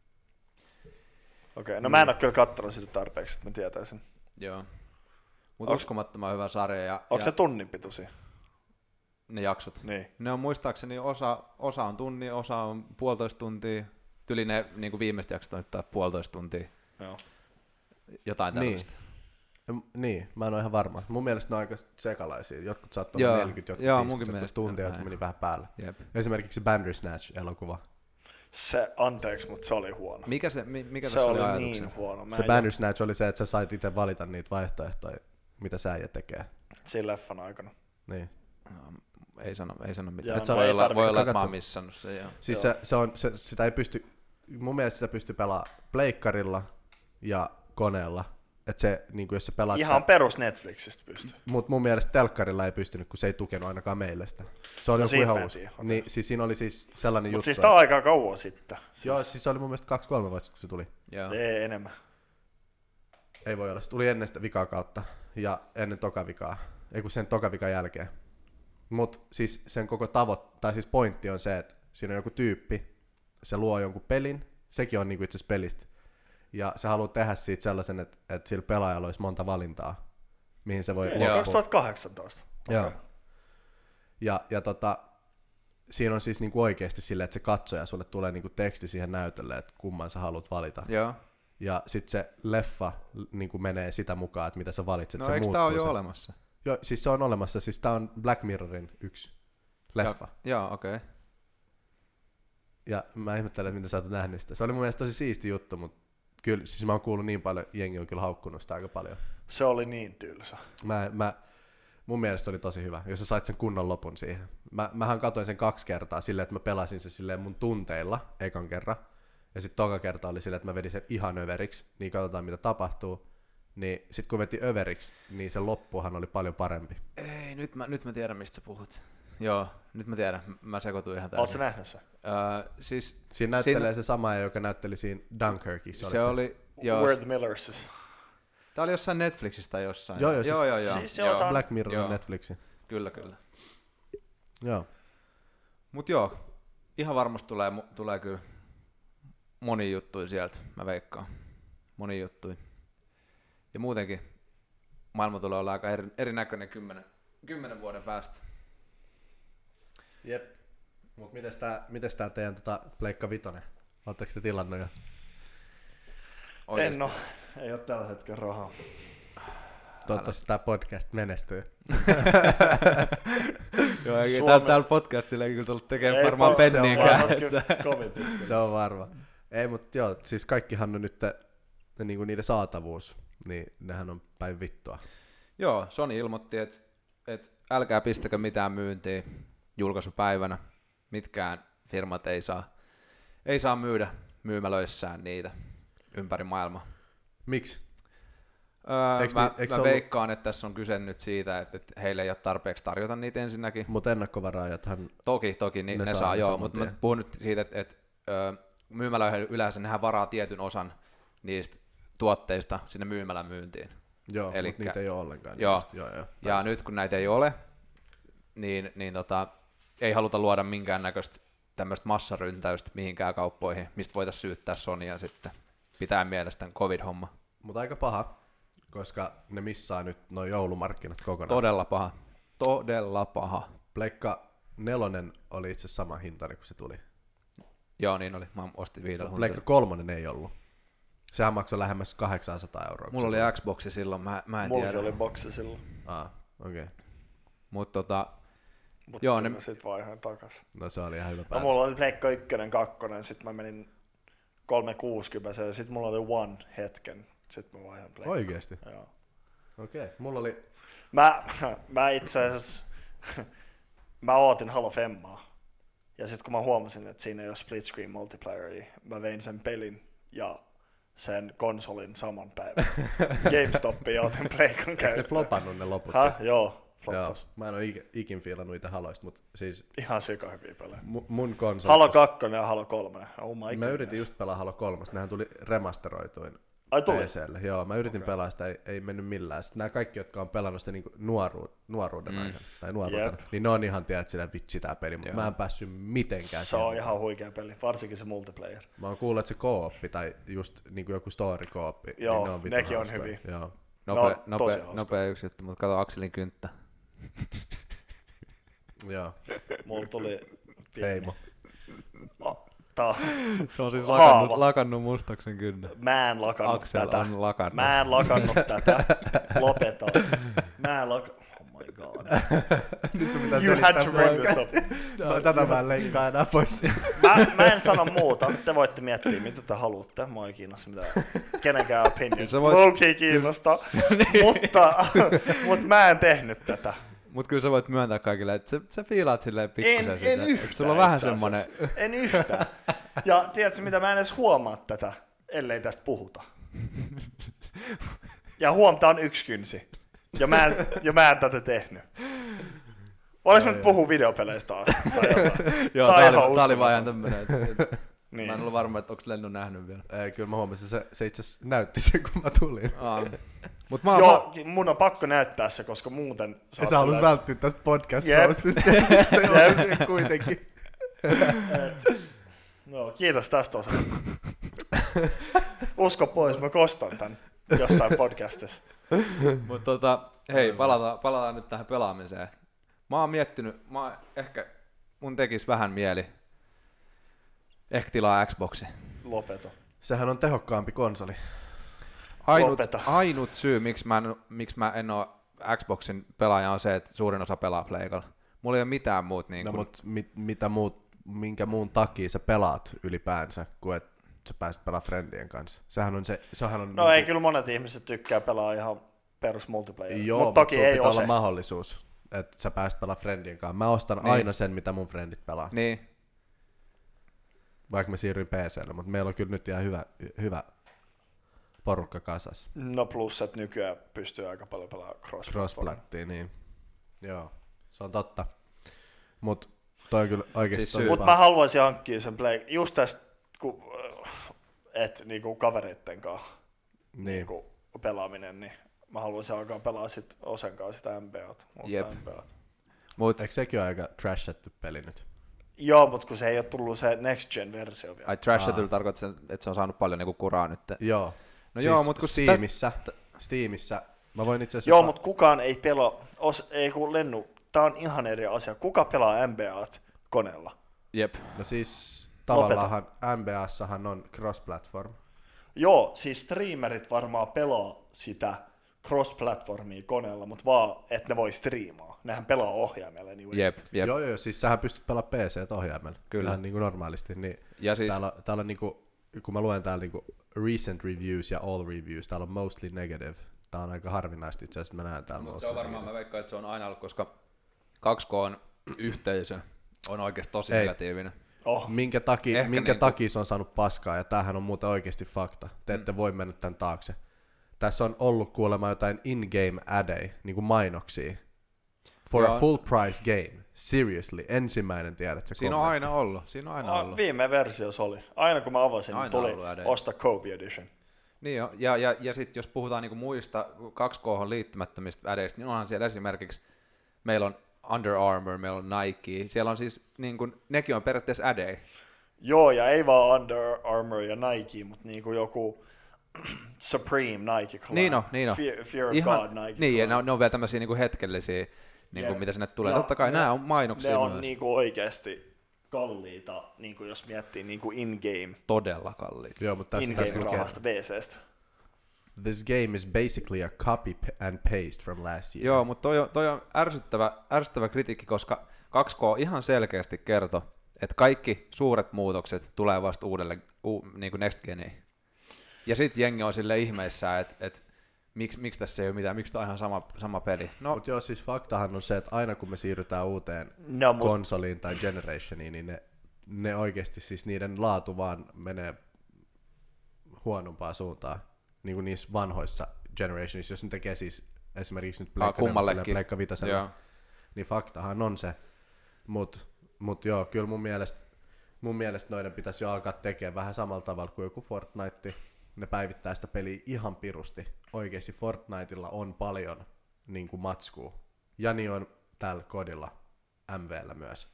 Okei, no mä en ole kyllä kattonut sitä tarpeeksi, että mä tietäisin. Joo. Mutta uskomattoman hyvä sarja. Onko se tunnin pituisia? Ne jaksot? Niin. Ne on muistaakseni osa on tunni, osa on 1,5 tuntia. Tyli ne niin kuin viimeiset jaksot on 1,5 tuntia. Joo. Jotain tällaista. Niin, mä en ole ihan varma. Mun mielestä ne on aika sekalaisia. Jotkut saattoi olla 40, jotkut 50 tuntia, jotkut meni vähän päälle. Jep. Esimerkiksi Bandersnatch-elokuva. Anteeksi, mutta se oli huono. Mikä se oli oli niin huono. Se Bandersnatch oli se, että sä sait itse valita niitä vaihtoehtoja, mitä sä äijä tekee. Siinä leffan aikana. Niin. Ei sano mitään. Joo, Voi olla, että mä oon missannut sen. Joo. Siis sitä ei pysty, mun mielestä sitä pystyy pelaamaan pleikkarilla ja koneella. Että se, niin jos sä pelaat ihan perus Netflixistä pystyy. Mutta mun mielestä telkkarilla ei pystynyt, kun se ei tukenut ainakaan meille sitä. Se oli joku ihan uusi. Okay. Niin, siis siinä oli siis sellainen juttu. Mutta siis tämä on aika kauan sitten. Joo, siis se oli mun mielestä 2-3 vuotta, kun se tuli. Joo. Ei enemmän. Ei voi olla, se tuli ennen sitä vikaa kautta ja ennen tokavikaa. Ei kun sen tokavikan jälkeen. Mut siis sen koko siis pointti on se, että siinä on joku tyyppi, se luo jonkun pelin, sekin on niinku itse asiassa pelistä. Ja se haluaa tehdä siitä sellaisen, että sillä pelaajalla olisi monta valintaa, mihin se voi loppua. 2018. Joo. Okay. Ja siinä on siis niinku oikeasti silleen, että se katsoja sulle tulee niinku teksti siihen näytölle, että kumman sä haluat valita. Joo. Ja sitten se leffa niinku menee sitä mukaan, että mitä sä valitset. No se eikö tää ole jo olemassa? Joo, siis se on olemassa. Siis tää on Black Mirrorin yksi leffa. Joo, okei. Okay. Ja mä ihmettelen, mitä sä oot nähnyt sitä. Se oli mun mielestä tosi siisti juttu, mutta kyllä, siis mä oon kuullut niin paljon, jengi on kyllä haukkunut sitä aika paljon. Se oli niin tylsä. Mun mielestä se oli tosi hyvä, jos sä sait sen kunnon lopun siihen. Mähän katoin sen 2 kertaa silleen, että mä pelasin se silleen mun tunteilla ekan kerran. Ja sitten toka kerta oli silleen, että mä vedin sen ihan överiksi, niin katsotaan mitä tapahtuu. Niin sit kun veti överiksi, niin se loppuhan oli paljon parempi. Ei, nyt mä tiedän mistä sä puhut. Joo, nyt mä tiedän. Mä sekoituin ihan täysin. Ootko sä nähnyt sen? Siis, siinä näyttelee se sama, joka näytteli siinä Dunkirkissa. Se oli... Joo, Where the Millers is. Tää oli jossain Netflixistä jossain. Joo. Siis joo. Black Mirror Netflixi. Kyllä. Joo. Mut joo, ihan varmasti tulee kyllä moni juttuja sieltä, mä veikkaan. Moni juttuja. Ja muutenkin maailma tulee olla aika erinäköinen 10 vuoden päästä. Jep. Mut mites tää teidän Pleikka Vitonen? Ootteko te tilannut jo? En oo. Ei oo tällä hetkellä rahaa. Toivottavasti tää podcast menestyy. Joo, ei täällä podcastilla ei kyllä tullut tekemään varmaan penniäkään. Se on varma. Ei, mutta joo, siis kaikkihan on nyt niinku niiden saatavuus, niin nehän on päin vittua. Joo, Sony ilmoitti, että älkää pistäkö mitään myyntiä julkaisupäivänä. Mitkään firmat ei saa myydä myymälöissään niitä ympäri maailmaa. Miksi? Mä veikkaan, että tässä on kyse nyt siitä, että heille ei ole tarpeeksi tarjota niitä ensinnäkin. Mutta ennakkovaraajathan... Toki ne saa joo, mutta mä puhun nyt siitä, että myymälöihin yleensä nehän varaa tietyn osan niistä tuotteista sinne myymälän myyntiin. Joo, mutta niitä ei ole ollenkaan. Joo. Ja nyt kun näitä ei ole, niin ei haluta luoda minkäännäköistä tämmöistä massaryntäystä mihinkään kauppoihin, mistä voitaisiin syyttää Sonya sitten. Pitää mielestään COVID-homma. Mutta aika paha, koska ne missaa nyt nuo joulumarkkinat kokonaan. Todella paha. Pleikka 4 oli itse sama hintainen, kun se tuli. Joo, niin oli. Mä ostin 5 €. Pleikka 3 ei ollut. Sehän maksoi lähemmäs 800 €. Mulla oli Xboxi silloin, mä en Mulla tiedä. oli boksi silloin. Okei. Mutta Mutta joo, kyllä ne- mä sit vaihoin takas. No se oli ihan hyvä No päätös. mulla oli Pleikka 1, 2, sit mä menin 360 ja sit mulla oli One hetken. Sit mä vaihoin Pleikka. Oikeesti? Joo. Okei. Mulla oli... Mä itse asiassa, mä ootin Halo Femmaa. Ja sit kun mä huomasin, että siinä ei ole split screen multiplayeria, mä vein sen pelin ja sen konsolin saman päivän. GameStoppiin ja otin Pleikan Eikö ne käyttöön. flopannut ne loput? Häh? sit? Joo, Joo. floppas. Mä en oo ikin fiilannut niitä haloista, mutta siis Ihan sika hyviä pelejä. mun konsoli... Halo 2 ja Halo 3. Oh my Mä goodness. yritin just pelaa Halo 3, nehän tuli remasteroituin Ai tuli? PC:lle. Joo, mä yritin pelaa sitä, ei mennyt millään. Sitten nämä kaikki, jotka on pelannut sitä niinku nuoruuden aikana, tai nuoruutena, Jep. niin ne on ihan tiedät silleen vitsi tää peli, mutta Joo. mä en päässyt mitenkään Se on siihen. ihan huikea peli, varsinkin se multiplayer. Mä oon kuullut, että se co-oppi tai just niinku joku story co-oppi, Joo, niin ne on vitun nekin on hauskoja. hyviä. Joo. tosi hauska. nopea yksi juttu, mutta kato Akselin kynttä. Joo. Mulla tuli Heimo. Se on siis Haava. lakannut mustaksen kynnen. Mä en lakannut Aksel tätä. on lakannut. Mä en lakannut tätä. Lopeta. Mä en lakannut. Oh my god. Nyt sun pitää You had selittää to bring this podcastia. up. Tätä mä en leikkaa enää pois. Mä en sano muuta. Te voitte miettiä, mitä te haluatte. Mua ei kiinnosta mitään. Kenenkään opinion. Sä voit- Low-key kiinnostaa. mutta mä en tehnyt tätä. Mut kyllä sä voit myöntää kaikille, että sä fiilaat silleen pikkusen En sitä. Että yhtään. sulla on vähän itse asiassa. semmonen... En yhtään. Ja tiedätkö mitä, mä en edes huomaa tätä, ellei tästä puhuta. Ja tää on yksi kynsi. Ja mä en tätä tehnyt. Olis mä nyt puhua videopeleistä taas? Tai jotain. Joo, Tää on tää ihan oli vaan ihan uskomatonta. tämmönen, että Niin. mä en ollut varma, että onks Lennu nähnyt vielä. Ei, kyllä mä huomasin, se itse asiassa näytti sen, kun mä tulin. Mut mä Joo, mun on pakko näyttää se, koska muuten... Ja sä halus välttyä tästä podcast Jep. hostista. Se on siinä kuitenkin. No, kiitos tästä osa. Usko pois, mä kostan tän jossain podcastissa. Mut hei, palataan nyt tähän pelaamiseen. Mä oon miettinyt, ehkä mun tekis vähän mieli ehkä tilaa Xboxi. Lopeta. Sehän on tehokkaampi konsoli. Lopeta. Ainut syy, miksi mä en oo Xboxin pelaaja on se, että suurin osa pelaa Pleikalla. Mulla ei ole mitään muut niin No kuin... mut minkä muun takia sä pelaat ylipäänsä, kun et sä pääset pelaa friendien kanssa? Sehän on No ei, kyllä monet ihmiset tykkää pelaa ihan perus multiplayeria. Joo, mutta toki sulla ei pitää ole olla se. mahdollisuus, että sä pääset pelaa friendien kanssa. Mä ostan aina sen, mitä mun friendit pelaa, Niin, vaikka mä siirryin PC:lle, mutta meillä on kyllä nyt ihan hyvä porukka kasas. No plus, että nykyään pystyy aika paljon pelaamaan Crossplattiin, niin. Joo, se on totta. Mut toi on kyllä oikeesti Siis tosi syy- Mutta paha. mä haluaisin hankkia sen Play, just tästä, että niinku kavereitten kanssa Niin. niinku pelaaminen, niin mä haluaisin alkaa pelaa sit Osen kanssa sitä MBAta. Jep. MBAta. mut Eikö sekin ole aika trashattu peli nyt? Joo, mutta kun se ei ole tullut se Next Gen versio vielä. ai Trashatilla tarkoittaa, että se on saanut paljon niinku kuraa nyt. Joo. No Siis joo, mut kun Steamissa, mä voin itse asiassa... Joo, mutta kukaan ei pelaa, ei kun Lennu, tää on ihan eri asia. Kuka pelaa MBAt koneella? Jep. No siis tavallaan NBAssahan on cross-platform. Joo, siis streamerit varmaan pelaa sitä cross-platformia koneella, mutta vaan, että ne voi striimaa. Nehän pelaa ohjaimella anyway. Jep. Joo, siis sähän pystyt pelaamaan PC-ohjaimella. Kyllä. Ihan niin kuin normaalisti. Niin Ja siis, täällä on niinku, kun mä luen täällä niinku recent reviews ja all reviews, täällä on mostly negative. Tää on aika harvinaista itse asiassa, mä näen täällä mutta se mostly on varmaan, negative. mä veikkaan, että se on aina ollut, koska 2K on yhteisö on oikeasti tosi Ei. negatiivinen. Oh, Minkä takia Ehkä takia se on saanut paskaa, ja tämähän on muuten oikeasti fakta. Te ette voi mennä tämän taakse. Tässä on ollut kuulemma jotain in-game adei, niinku mainoksia. For Joo. a full price game. Seriously, ensimmäinen tiedät sä Siinä on aina ollut. viime versiossa oli. Aina kun mä avasin, Aina niin tuli ollut äde. osta Kobe Edition. Niin jo, ja sitten jos puhutaan niinku muista 2K liittymättömistä ädeistä, niin onhan siellä esimerkiksi, meillä on Under Armour, meillä on Nike, siellä on siis, niinku, nekin on periaatteessa ädei. Joo, ja ei vaan Under Armour ja Nike, mutta niinku joku Supreme Nike collab. Niin on. Fear of God Nike Niin, ja collab. ne on vielä tämmöisiä niinku hetkellisiä, niinku, Jep. mitä sinne tulee. Ja Totta kai ne- nämä on mainoksia Ne on myös. niinku oikeesti kalliita, niin kuin jos miettii niin kuin in-game, Todella kalliit. Joo, mutta tässä lukee, in-game-rahasta BCstä. this game is basically a copy and paste from last year. Joo, mutta toi on ärsyttävä kritiikki, koska 2K ihan selkeästi kertoi, että kaikki suuret muutokset tulee vasta uudelle niin kuin next geniin. Ja sitten jengi on sille ihmeissään, että miksi tässä ei ole mitään, miksi tämä on ihan sama peli. No, Mutta joo, siis faktahan on se, että aina kun me siirrytään uuteen No, konsoliin tai generationiin, niin ne oikeasti siis niiden laatu vaan menee huonompaan suuntaan. Niin kuin niissä vanhoissa generationissa, jos ne tekee siis esimerkiksi nyt Pleikka 4 ja Pleikka 5, niin faktahan on se. Mut joo, kyllä mun mielestä noiden pitäisi jo alkaa tekemään vähän samalla tavalla kuin joku Fortnite. Ne päivittää sitä peliä ihan pirusti. Oikeesti Fortniteilla on paljon niin kuin matskua. Ja niin on täällä kodilla, MVllä myös.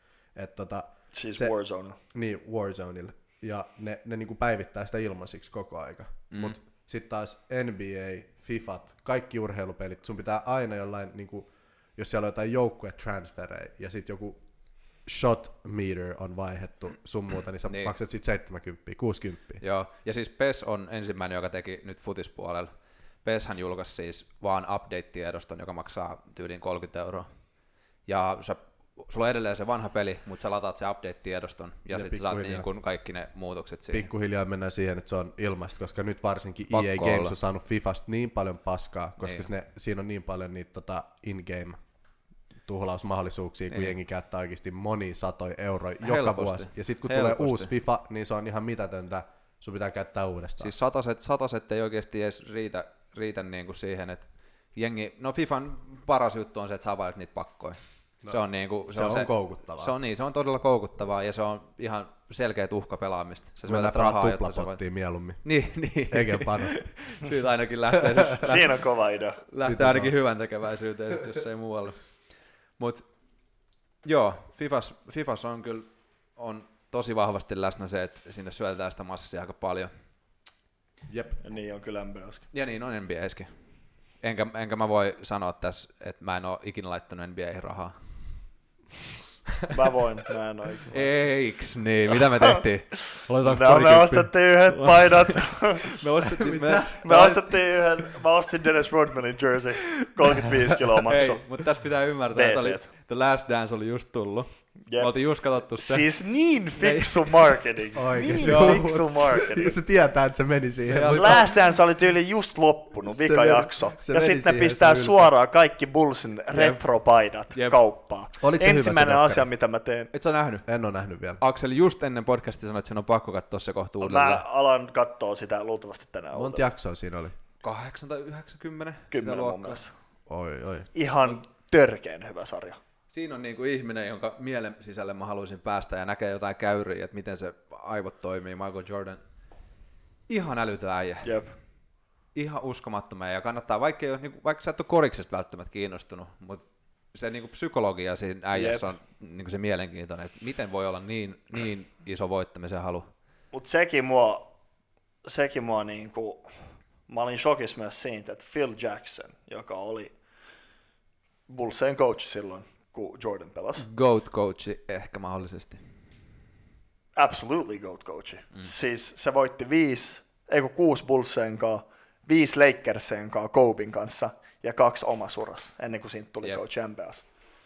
siis Warzone. Niin, Warzoneilla. Ja ne niin kuin päivittää sitä ilmaisiksi koko aika. Mut sitten taas NBA, FIFAt, kaikki urheilupelit, sun pitää aina jollain, niin kuin, jos siellä on jotain joukkuetransfereja ja sitten joku shot meter on vaihdettu sun muuta, niin sä maksat sit 70, 60. Joo, ja siis PES on ensimmäinen, joka teki nyt futispuolella. PEShän julkaisi siis vaan update-tiedoston, joka maksaa tyyliin 30 €. Ja sulla on edelleen se vanha peli, mutta sä lataat se update-tiedoston ja sitten saat niin kun kaikki ne muutokset siihen. Pikkuhiljaa mennään siihen, että se on ilmaista, koska nyt varsinkin Pakko EA Games olla. on saanut Fifasta niin paljon paskaa, koska Niin. siinä on niin paljon niitä in-game tuhlausmahdollisuuksia, kun jengi käyttää oikeasti monia satoja euroja joka Helposti. vuosi. Ja sitten kun tulee uusi FIFA, niin se on ihan mitätöntä, sun pitää käyttää uudestaan. Siis sataset ei oikeasti edes riitä niin kuin siihen, että no FIFAn paras juttu on se, että sä availet niitä pakkoja. No, se on, niinku, se on koukuttavaa. Se on todella koukuttavaa ja se on ihan selkeä uhka pelaamista. Mennään pelaa tuplapottiin mieluummin. Niin. Eikä paras. Syyt ainakin lähtee. Siinä on kova idea. Lähtee ainakin hyvän tekeväisyyteen, jos ei muualle. Mut joo, Fifas on kyllä tosi vahvasti läsnä se, että sinne syötetään sitä massia aika paljon. Jep. Ja niin on kyllä NBAskin. Ja niin on NBAskin. Enkä mä voi sanoa tässä, että mä en oo ikinä laittanut NBAihin rahaa. Mä en oikein. Eiks niin? Mitä me tehtiin? Me ostettiin yhdet paidat. me ostin Dennis Rodmanin jersey. 35 kiloa makso. Ei, mutta tässä pitää ymmärtää, että The Last Dance oli just tullut. Jep. Me oltiin just katsottu se. Siis niin fiksu marketing. Oikeesti. Niin fiksu marketing. Se tietää, että se meni siihen. Last Dance oli tyyli just loppunut, vika jakso. Ja sitten ne pistää suoraan kaikki Bullsin retropaidat kauppaan. Oliko se ensimmäinen hyvä se asia, mitä mä teen. Et sä nähnyt? En oo nähnyt vielä. Akseli just ennen podcastia sanoi, että sen on pakko katsoa se kohta uudelleen. Mä alan kattoo sitä luultavasti tänään. Monta jaksoa siinä oli? 8 tai 90? 10 mun mielestä. Oi. Ihan törkeen hyvä sarja. Siinä on niinku ihminen, jonka mielen sisälle mä haluaisin päästä ja näkee jotain käyriä, että miten se aivot toimii. Michael Jordan. Ihan älytön äijä. Jep. Ihan uskomattomia ja kannattaa, vaikka sä et ole koriksesta välttämättä kiinnostunut, mutta se niinku psykologia siinä äijässä on niinku se mielenkiintoinen, että miten voi olla niin iso voittamisen halu. Mut sekin mua niinku, mä olin shokissa myös siitä, että Phil Jackson, joka oli Bullsien coach silloin, kun Jordan pelasi. GOAT-coachi ehkä mahdollisesti. Absolutely GOAT coachi. Siis se voitti 6 Bullsien kanssa, 5 Lakersien kanssa, Kobin kanssa ja 2 omasuras, ennen kuin siitä tuli coach NBAs.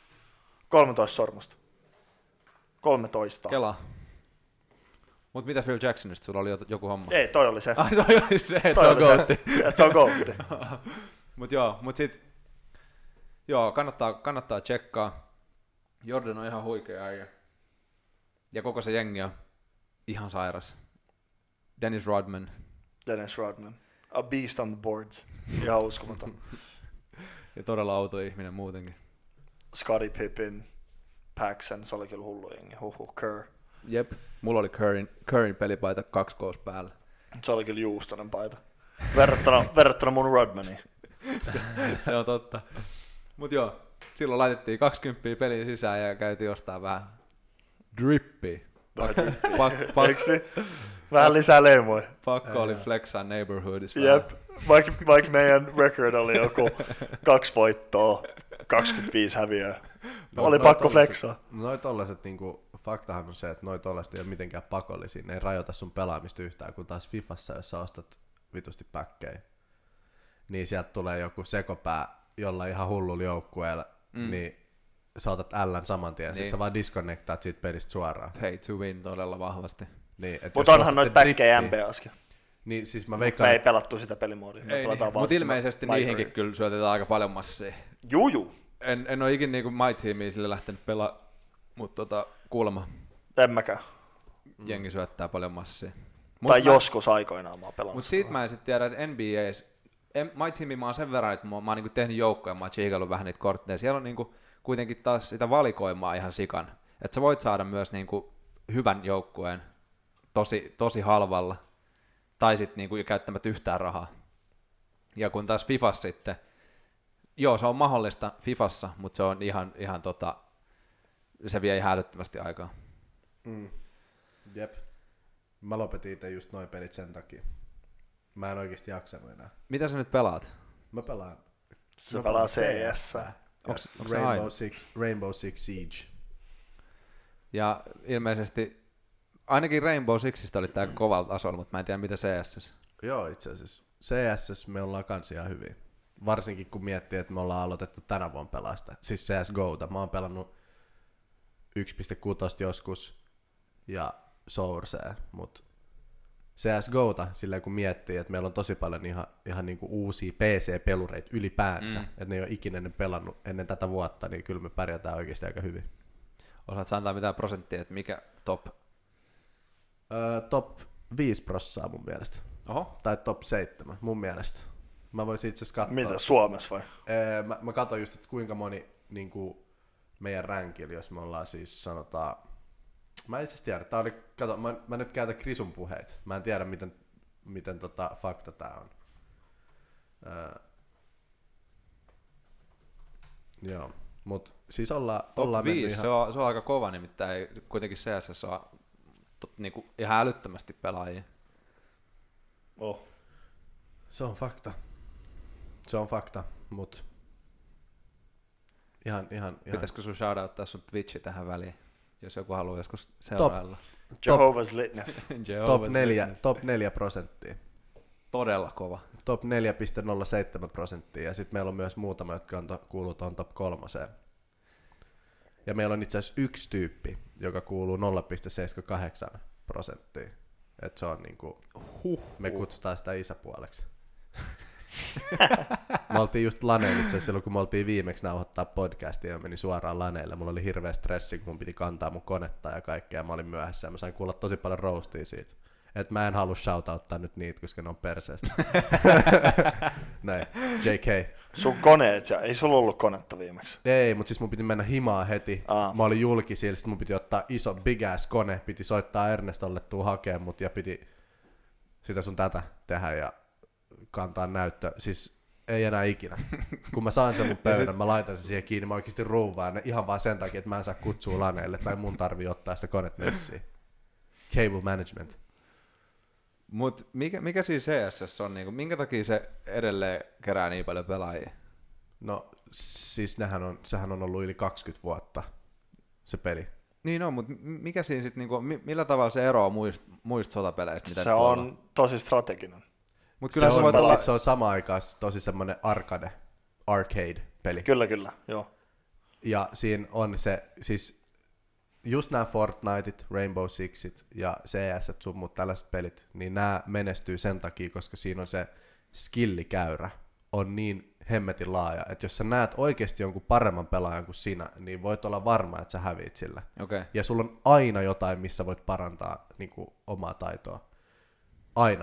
13 sormusta. 13. Kela. Mut mitä Phil Jacksonista, sulla oli joku homma? Ei, toi oli se. Ai toi oli se, että se on GOAT. Että se on GOAT. Mut sit kannattaa tsekkaa. Jordan on ihan huikea äijä. Ja koko se jengi on ihan sairas. Dennis Rodman. A beast on the boards. Ihan uskomaton. Ja todella outo ihminen muutenkin. Scottie Pippen, Paxson, se oli kyllä hullu jengi. Kerr. Jep, mulla oli Curryn pelipaita 2 koos päällä. Se oli kyllä juustonen paita. Verrattuna mun Rodmaniin. Se on totta. Mut joo, silloin laitettiin 20 peliin sisään ja käytiin ostaa vähän drippiä. Vähän lisää leimoja. Pakko oli flexaa neighborhoodissa. Jep, vaikka meidän record oli joku 2 voittoa, 25 häviöä, Oli pakko flexaa. Noi tollaset niinku, faktahan on se, että noi tollaset ei ole mitenkään pakollisia, ne ei rajoita sun pelaamista yhtään, kun taas Fifassa, jos sä ostat vitusti päkkejä, niin sieltä tulee joku sekopää jollain ihan hullulla joukkueella, niin sä otat L:n saman tien, siis sä vaan disconnectaat siitä pelistä suoraan. Pay to win todella vahvasti. Niin, Mutta onhan noita päkkejä MBAskin. Niin, siis mä veikkaan, Me ei pelattu sitä pelimuodia. Ei niin, mutta ilmeisesti niihinkin kyllä syötetään aika paljon massia. Juju. En ole ikinä niinku My Teamia sille lähtenyt pelaamaan, mutta kuulemma En mäkään. jengi syöttää paljon massia. Tai joskus aikoinaan mä oon pelannut. Mutta siitä mä en sitten tiedä, että NBAs, My Teamia mä oon sen verran, että mä oon niinku tehnyt joukkoja, mä oon chiikaillut vähän niitä kortteja. Siellä on niinku kuitenkin taas sitä valikoimaa ihan sikan. Että sä voit saada myös niinku hyvän joukkueen tosi halvalla, tai sitten niinku käyttämättä yhtään rahaa. Ja kun taas Fifassa sitten, joo, se on mahdollista Fifassa, mutta se on ihan se vie ihan älyttömästi aikaa. Jep. Mä lopetin itse just noin pelit sen takia. Mä en oikeesti jaksanut enää. Mitä sä nyt pelaat? Mä pelaan. Se pelaa CS. Onks se Rainbow Six Siege. Ja ilmeisesti, ainakin Rainbow Sixistä oli tää kovalla tasolla, mutta mä en tiedä mitä CS. Joo, itse asiassa. CS me ollaan kans ihan hyvin. Varsinkin kun miettii, että me ollaan aloitettu tänä vuonna pelaa sitä. Siis CSGOta. Mä oon pelannut 1.6 joskus ja Sourcea, mut CSGOta silleen kun miettii, että meillä on tosi paljon ihan niinku uusia PC-pelureita ylipäänsä, että ne ei ole ikinä ennen pelannut ennen tätä vuotta, niin kyllä me pärjätään oikeasti aika hyvin. Osaatko antaa mitään prosenttia, että mikä top? Top 5% mun mielestä. Oho. Tai top 7 mun mielestä. Mä voisin itse asiassa katsoa. Mitä, Suomessa vai? Mä katson just, että kuinka moni niinku, meidän rankilla, jos me ollaan siis sanotaan. Mä en itse asiassa tiedä. Tää oli, kato, mä nyt käytän Krisun puheita. Mä en tiedä miten fakta tää on. Joo. Mut siis ollaan 5, ihan... se on aika kova, nimittäin kuitenkin CSS on niinku ihan älyttömästi pelaajia. Oh. Se on fakta, mut ihan. Pitäisikö sun shoutouttaa sun Twitchi tähän väliin, jos joku haluaa joskus seurailla? Jehovah's Witness. Top 4%. Todella kova. Top 4,07%, ja sitten meillä on myös muutama, jotka kuuluu tuohon top 3. Ja meillä on itse asiassa yksi tyyppi, joka kuuluu 0,78%. Et se on niinku, me kutsutaan sitä isäpuoleksi. Me oltiin just laneilla itse asiassa silloin, kun me oltiin viimeksi nauhoittaa podcastia ja meni suoraan laneille. Mulla oli hirveä stressi, kun mun piti kantaa mun konetta ja kaikkea. Mä olin myöhässä ja mä sain kuulla tosi paljon roastia siitä. Et mä en halua shoutouttaa nyt niitä, koska ne on perseestä. Näin, JK. Sun koneet, ja ei sulla ollut konetta viimeksi. Ei, mutta siis mun piti mennä himaan heti. Mä olin julkisilla, sit mun piti ottaa iso big ass kone, piti soittaa Ernestolle tuu hakee mut ja piti sitä sun tätä tehdä ja kantaa näyttö. Siis ei enää ikinä. Kun mä saan sen mun pöydän, mä laitan sen siihen kiinni, mä oikeesti ruuvaan ihan vaan sen takia, että mä en saa kutsua laneille tai mun tarvii ottaa sitä konet messiin. Cable management. Mut mikä siis CSS on, niinku, minkä takia se edelleen kerää niin paljon pelaajia? No siis sehän on ollut yli 20 vuotta se peli. Niin on, mutta mikä siinä sitten, niinku, millä tavalla se eroaa muista sotapeleistä? Mitä se on tosi strateginen. Mut kyllä se on samaan aikaan tosi semmoinen arcade-peli. Kyllä, joo. Ja siinä on se, siis just nämä Fortniteit, Rainbow Sixit ja CS, sun muut tällaiset pelit, niin nämä menestyy sen takia, koska siinä on se skillikäyrä on niin hemmetin laaja, että jos sä näet oikeasti jonkun paremman pelaajan kuin sinä, niin voit olla varma, että sä häviit sillä. Okay. Ja sulla on aina jotain, missä voit parantaa niin kuin, omaa taitoa. Aina.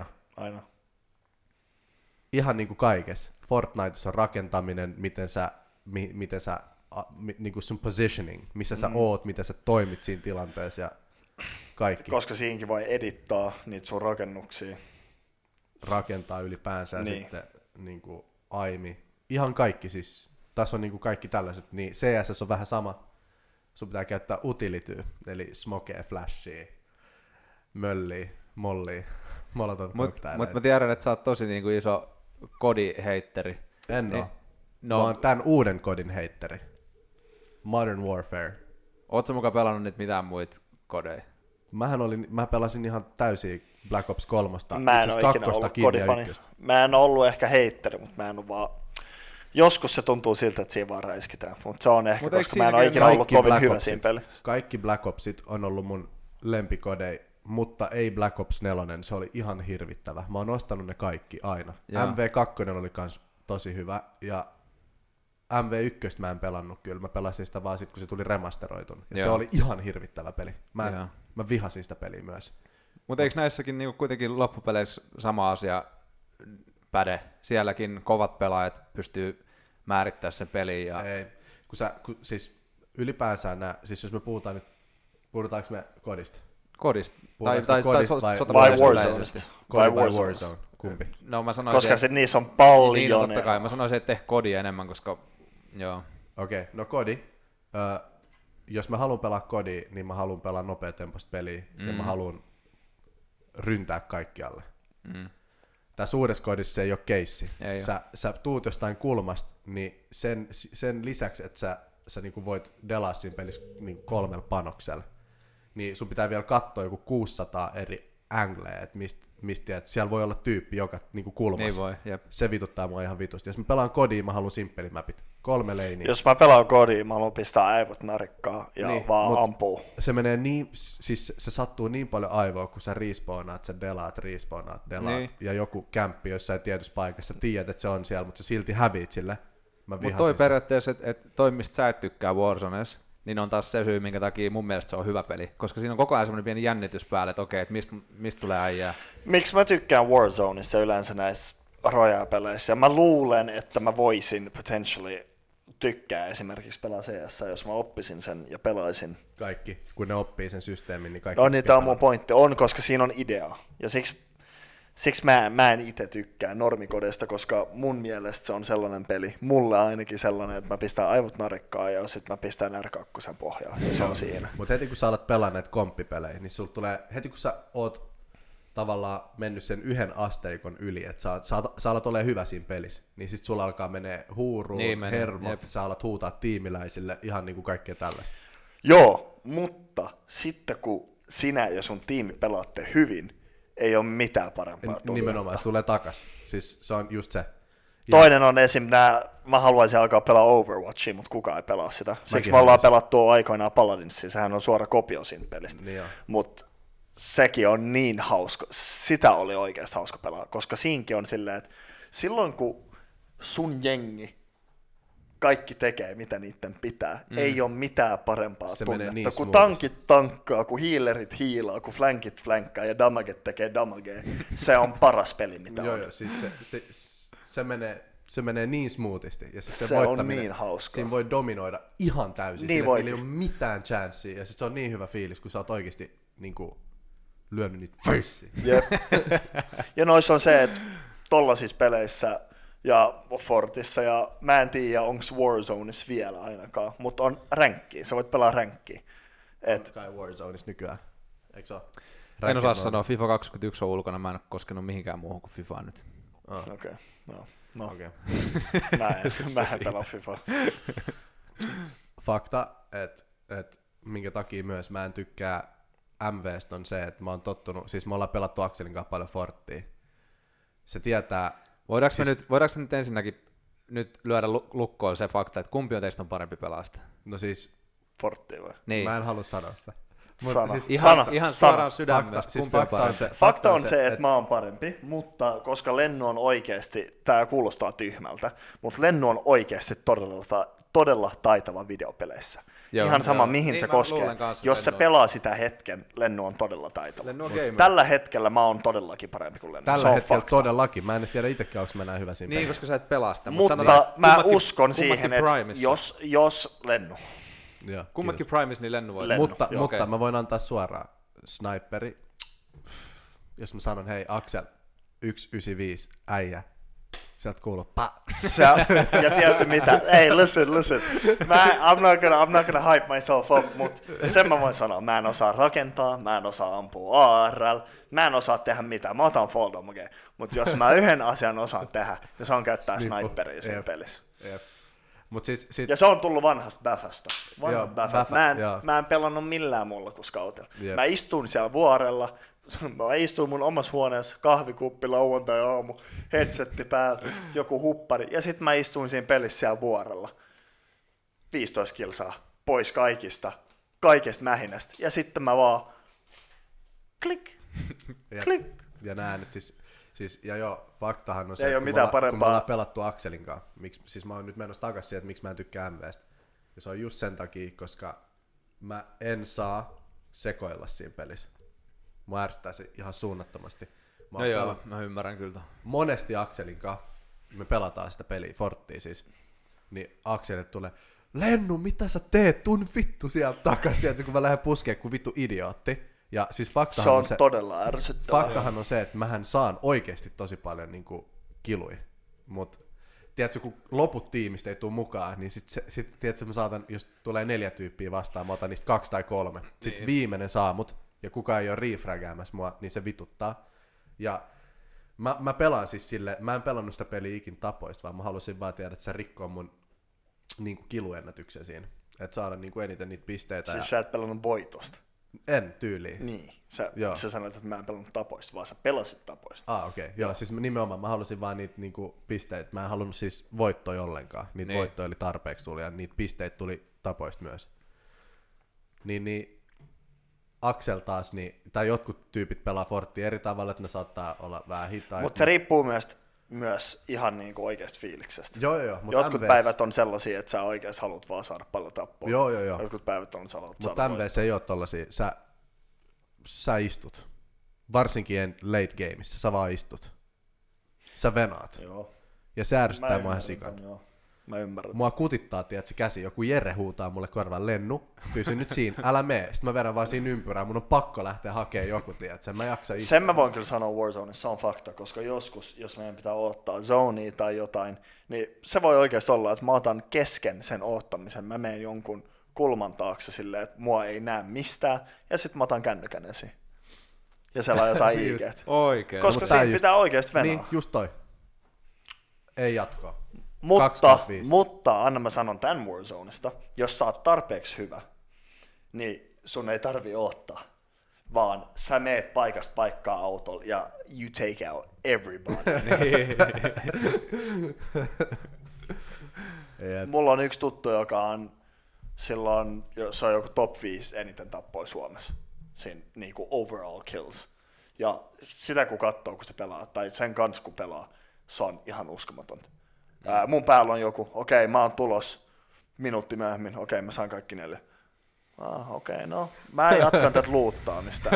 Ihan niin kuin kaikessa. Fortniteissa on rakentaminen, miten sä niin kuin sun positioning, missä sä oot, miten sä toimit siinä tilanteessa ja kaikki. Koska siinkin voi edittaa niitä sun rakennuksia. Rakentaa ylipäänsä ja niin. sitten niin kuin aimi. Ihan kaikki siis. Tässä on niin kuin kaikki tällaiset. Niin CSS on vähän sama. Sun pitää käyttää utilityä, eli smokea, flashia, mölliä, mollia, molotov cocktailejä. Mutta mä tiedän, että sä oot tosi niinku iso kodiheitteri. En oo. Mä oon tän uuden kodin heitteri. Modern Warfare. Ootko mukaan pelannut niitä mitään muita kodeja? Mä pelasin ihan täysin Black Ops 3. Mä en ole ikinä ollut kodifani. Mä en ollut ehkä heitteri, mutta mä en ole vaan... Joskus se tuntuu siltä, että siinä vaan räiskitään, mutta se on ehkä, koska mä en ole ikinä ollut kovin hyvä siinä pelissä. Kaikki Black Opsit on ollut mun lempikodei, mutta ei Black Ops 4, se oli ihan hirvittävä. Mä oon ostanut ne kaikki aina. Joo. MV2 oli kans tosi hyvä, ja MV1 mä en pelannut kyllä, mä pelasin sitä vaan sit, kun se tuli remasteroitun. Ja se oli ihan hirvittävä peli. Mä vihasin sitä peliä myös. Mutta eikö näissäkin niinku kuitenkin loppupeleissä sama asia päde? Sielläkin kovat pelaajat pystyy määrittämään sen pelin. Ja... Ei, siis ylipäänsä siis jos me puhutaanko me kodista? Kodista. Tai Warzone. Vai Warzone. Kumpi? No, mä sanoisin, koska se, niissä on paljon. Niin, no, totta kai. Mä sanoisin, että tee kodia enemmän, koska joo. Okei, no kodi. Jos mä haluan pelaa kodia, niin mä haluan pelaa nopeatempoista peliä ja mä haluan ryntää kaikkialle. Tässä uudessa kodissa se ei ole keissi. Sä tuut jostain kulmasta, niin sen lisäksi, että sä niinku voit delaa siinä pelissä niinku 3 panoksella, niin sun pitää vielä katsoa joku 600 eri angleja, että mistä siellä voi olla tyyppi joka niinku kulmassa. Niin voi, jep. Se vituttaa mua ihan vitusti. Jos mä pelaan kodia, mä haluan simppelimäpit. 3 leiniä. Jos mä pelaan kodia, mä haluan pistää aivot narikkaa ja niin, vaan ampuu. Se menee niin, siis se sattuu niin paljon aivoa, kun sä respawnaat, sä delaat, niin. Ja joku kämppi jossain tietyssä paikassa, sä tiedät, että se on siellä, mutta sä silti häviit sille. Mutta toi periaatteessa, että toi mistä sä et tykkää Warzones, niin on taas se syy, minkä takia mun mielestä se on hyvä peli. Koska siinä on koko ajan semmoinen pieni jännitys päälle, että okei, että mistä tulee äijää. Miksi mä tykkään Warzoneissa yleensä näissä Royale-peleissä? Ja mä luulen, että mä voisin potentially tykkää esimerkiksi pelaa CS, jos mä oppisin sen ja pelaisin. Kaikki, kun ne oppii sen systeemin, niin kaikki. No niin, tämä on mun pointti. On, koska siinä on idea. Ja siksi mä en itse tykkää normikodesta, koska mun mielestä se on sellainen peli, mulle ainakin sellainen, että mä pistän aivot narikkaan ja sitten mä pistän R2 pohjaan, ja se on siinä. Mutta heti kun sä alat pelaa näitä komppipelejä, niin sulla tulee, heti kun sä oot tavallaan mennyt sen yhden asteikon yli, että sä alat olemaan hyvä siinä pelissä, niin sit sulla alkaa menee huuruun, niin hermot, sä alat huutaa tiimiläisille, ihan niin kuin kaikkea tällaista. Joo, mutta sitten kun sinä ja sun tiimi pelaatte hyvin, ei ole mitään parempaa tulla. Nimenomaan, se tulee takas. Siis se on just se. Toinen on esim. Mä haluaisin alkaa pelaa Overwatchia, mutta kukaan ei pelaa sitä. Siksi me ollaan pelattu aikoinaan Paladinsia, sehän on suora kopio siitä pelistä. Niin mutta sekin on niin hauska, sitä oli oikeasti hauska pelaa, koska siinkin on silleen, että silloin kun sun jengi kaikki tekee, mitä niiden pitää. Ei ole mitään parempaa se tunnetta, niin kun tankit tankkaa, kun healerit hiilaa, kun flankit flankkaa ja damaget tekee damagea. Se on paras peli, mitä on. Joo, siis se menee niin smoothisti. Ja se on niin hauska. Siinä voi dominoida ihan täysin. Niin sillä ei ole mitään chanssia. Ja se on niin hyvä fiilis, kun sä oot oikeasti niin kuin, lyönyt niitä faceen. Ja noissa on se, että tollaisissa peleissä ja Fortissa, ja mä en tiedä, onko Warzoneissa vielä ainakaan, mutta on ränkkiä, sä voit pelaa ränkkiä. Kai Warzoneissa nykyään, eikö se ole? En osaa sanoa, FIFA 21 on ulkona, mä en ole koskenut mihinkään muuhun kuin FIFAan nyt. Okei. Mä en pelaa FIFAa. Fakta, että minkä takia myös mä en tykkää MVstä on se, että mä oon tottunut, siis me ollaan pelattu Akselin kanssa paljon Forttia. Se tietää. Voidaanko me nyt ensinnäkin nyt lyödä lukkoon se fakta, että kumpi on teistä on parempi pelasta? No siis Forttia vai? Niin. Mä en halua sanoa sitä. Siis ihan suoraan sydämestä. Fakta on se, että mä oon parempi, mutta koska Lennu on oikeasti, tää kuulostaa tyhmältä, mutta Lennu on oikeasti todella taitava videopeleissä. Ihan sama mihin se koskee. Jos se pelaa sitä hetken, Lennu on todella taitava. Tällä hetkellä mä oon todellakin parempi kuin Lennu. Tällä hetkellä todellakin. Mä en edes tiedä itsekään, onko mä näin hyvä siinä. Niin, koska sä et pelaa sitä. Mutta mä uskon siihen, että jos Lennu. Joo, kummatkin Primis, niin Lennu voi. Mutta mä voin antaa suoraan sniperi. Jos mä sanon, hei Aksel, 195 äijä. Sieltä kuuluu pa. Ja tiedätkö mitä? Hey, listen. I'm not gonna hype myself up, mutta sen mä voin sanoa. Mä en osaa rakentaa, mä en osaa ampua ARL, mä en osaa tehdä mitään. Mä otan fall damagea. Mutta jos mä yhden asian osaan tehdä, niin se on käyttää sniperia siinä pelissä. Mut siis, Ja se on tullut vanhasta Bäfästä. Joo, Bäfät, Mä en pelannut millään muulla kuin Scoutilla. Jep. Mä istun siellä vuorella, mä istun mun omassa huoneessa, kahvikuppi lauantai-aamu, headsetti päällä, joku huppari, ja sit mä istun siinä pelissä siellä vuorella. 15 kilsaa, pois kaikesta mähinästä, ja sitten mä vaan klik, klik. Ja nää nyt siis ja joo, faktahan on se, Ei oo että mitään kun me parempaa. ollaan pelattu Akselin kanssa, siis mä oon nyt menossa takaisin siihen, että miksi mä en tykkää MVstä. Ja se on just sen takia, koska mä en saa sekoilla siinä pelissä. Mä ärsyttää se ihan suunnattomasti. Joo, mä ymmärrän kyllä. Monesti Akselin kanssa, me pelataan sitä peliä, Forttia siis, niin Akselille tulee, Lennu, mitä sä teet? Tun vittu sieltä takas, tiedätkö, kun mä lähden puskeen kuin vittu idiootti. Ja siis Se on todella ärsyttävää. Faktahan on se, että mähän saan oikeasti tosi paljon niinku kilui, mut tiedätkö, kun loput tiimistä ei tule mukaan, niin sit tiedätkö, mä saatan, jos tulee 4 tyyppiä vastaan, mä otan niistä 2 tai 3. Sitten viimeinen saa mut, ja kukaan ei ole refragäämässä mua, niin se vituttaa. Ja mä pelaan siis silleen, mä en pelannut sitä peliä ikin tapoista, vaan mä halusin vaan tiedä, että se rikkoo mun niinku kiluennätyksen siinä. Että saada niinku eniten niitä pisteitä. Siis sä et pelannut voitosta. En tyyliin. Niin. Sä sanoit, että mä en pelannut tapoista, vaan sä pelasit tapoista. Okei. Joo, siis nimenomaan mä halusin vaan niitä niinku pisteitä. Mä en halunnut siis voittoja ollenkaan. Niitä voittoja oli tarpeeksi tuli ja niitä pisteitä tuli tapoista myös. Niin Axel taas, tai jotkut tyypit pelaa Forttia eri tavalla, että ne saattaa olla vähän hitaita. Mutta se riippuu myös ihan niinku oikeasta fiiliksestä. Joo. Jotkut päivät on sellaisia, että sä oikeasti haluat vaan saada paljon tappoa. Joo. Jotkut päivät on saada Mutta MVC ei ole tollasia. Sä istut. Varsinkin late gameissa, sä vaan istut. Sä venaat. Joo. Ja se ärsyttää mua ihan sikan. Joo. Mä ymmärrän. Mua kutittaa, tiedätkö, käsi. Joku Jere huutaa mulle korvaan, Lennu, pysy nyt siinä, älä mee. Sitten mä vedän vaan siinä ympyrää, mun on pakko lähteä hakemaan joku, tiedätkö, mä jaksa istua. Sen mä voin kyllä sanoa Warzoneissa, se on fakta, koska joskus, jos meidän pitää odottaa zonea tai jotain, niin se voi oikeasti olla, että mä otan kesken sen odottamisen, mä menen jonkun kulman taakse silleen, että mua ei näe mistään, ja sitten mä otan kännykän esiin. Ja siellä on jotain IG:t. Oikein. Koska siinä pitää oikeasti venaa. Niin, just toi. Ei jatkoa. Mutta anna mä sanon tämän Warzoneista, jos sä oot tarpeeksi hyvä, niin sun ei tarvi odottaa, vaan sä meet paikasta paikkaa autolla ja you take out everybody. Mulla on yksi tuttu, joka on silloin, se on joku top 5 eniten tappoi Suomessa, siinä niinku overall kills. Ja sitä kun katsoo, kun se pelaa, tai sen kanssa kun pelaa, se on ihan uskomatonta. Mun päällä on joku, okei, mä oon tulos minuutti myöhemmin, okei, mä saan kaikki 4. Okei, no, mä jatkan tätä luuttaamista.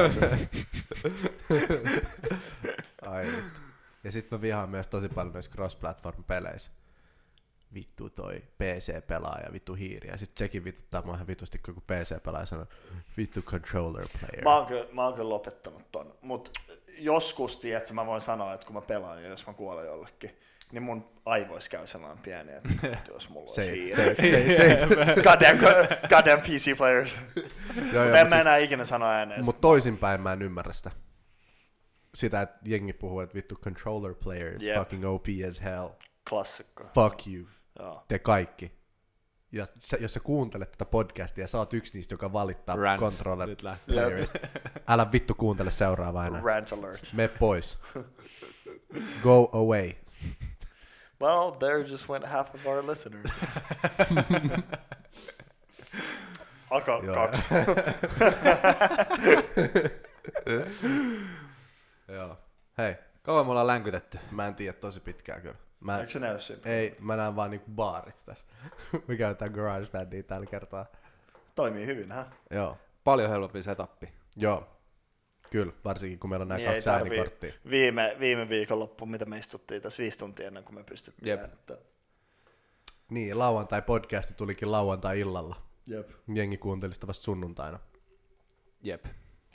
Ai vittu. Ja sit mä vihaan myös tosi paljon noissa cross-platform-peleissä. Vittu toi PC-pelaaja, vittu hiiri. Ja sit sekin vituttaa mua ihan vitusti, kun joku PC-pelaaja sanoo, vittu controller player. Mä oon kyllä lopettanut ton, mut joskus, tiedätkö, mä voin sanoa, että kun mä pelaan ja jos mä kuolen jollekin, niin mun aivoissa käy sellainen pieni, että jos mulla on hiiri. Goddamn PC players. En mä enää ikinä sano ääneen. Mut toisinpäin mä en ymmärrä sitä. Sitä, että jengi puhuu, että vittu controller players, fucking OP as hell. Klassikko. Fuck you. Joo. Te kaikki. Ja jos sä kuuntelet tätä podcastia ja sä oot yksi niistä, joka valittaa controller playerista, älä vittu kuuntele seuraavaa enää. Rant alert. Me pois. Go away. Well, there just went half of our listeners. Aka 2. Joo. Hei. Kauan me ollaan länkytetty. Mä en tiedä tosi pitkään kyllä. Eikö se näy siitä? Ei, mä näen vaan niinku baarit tässä. Me käytetään GarageBandia tällä kertaa. Toimii hyvin, hä? Joo. Paljon helpompi setappi. Joo. Kyllä, varsinkin kun meillä on nämä 2 äänikorttia. Viime viikonloppu, mitä me istuttiin tässä 5 tuntia ennen kuin me pystyttiin äänittämään. Niin, lauantai-podcasti tulikin lauantai-illalla. Jep. Jengi kuunteli sitä vasta sunnuntaina. Jep.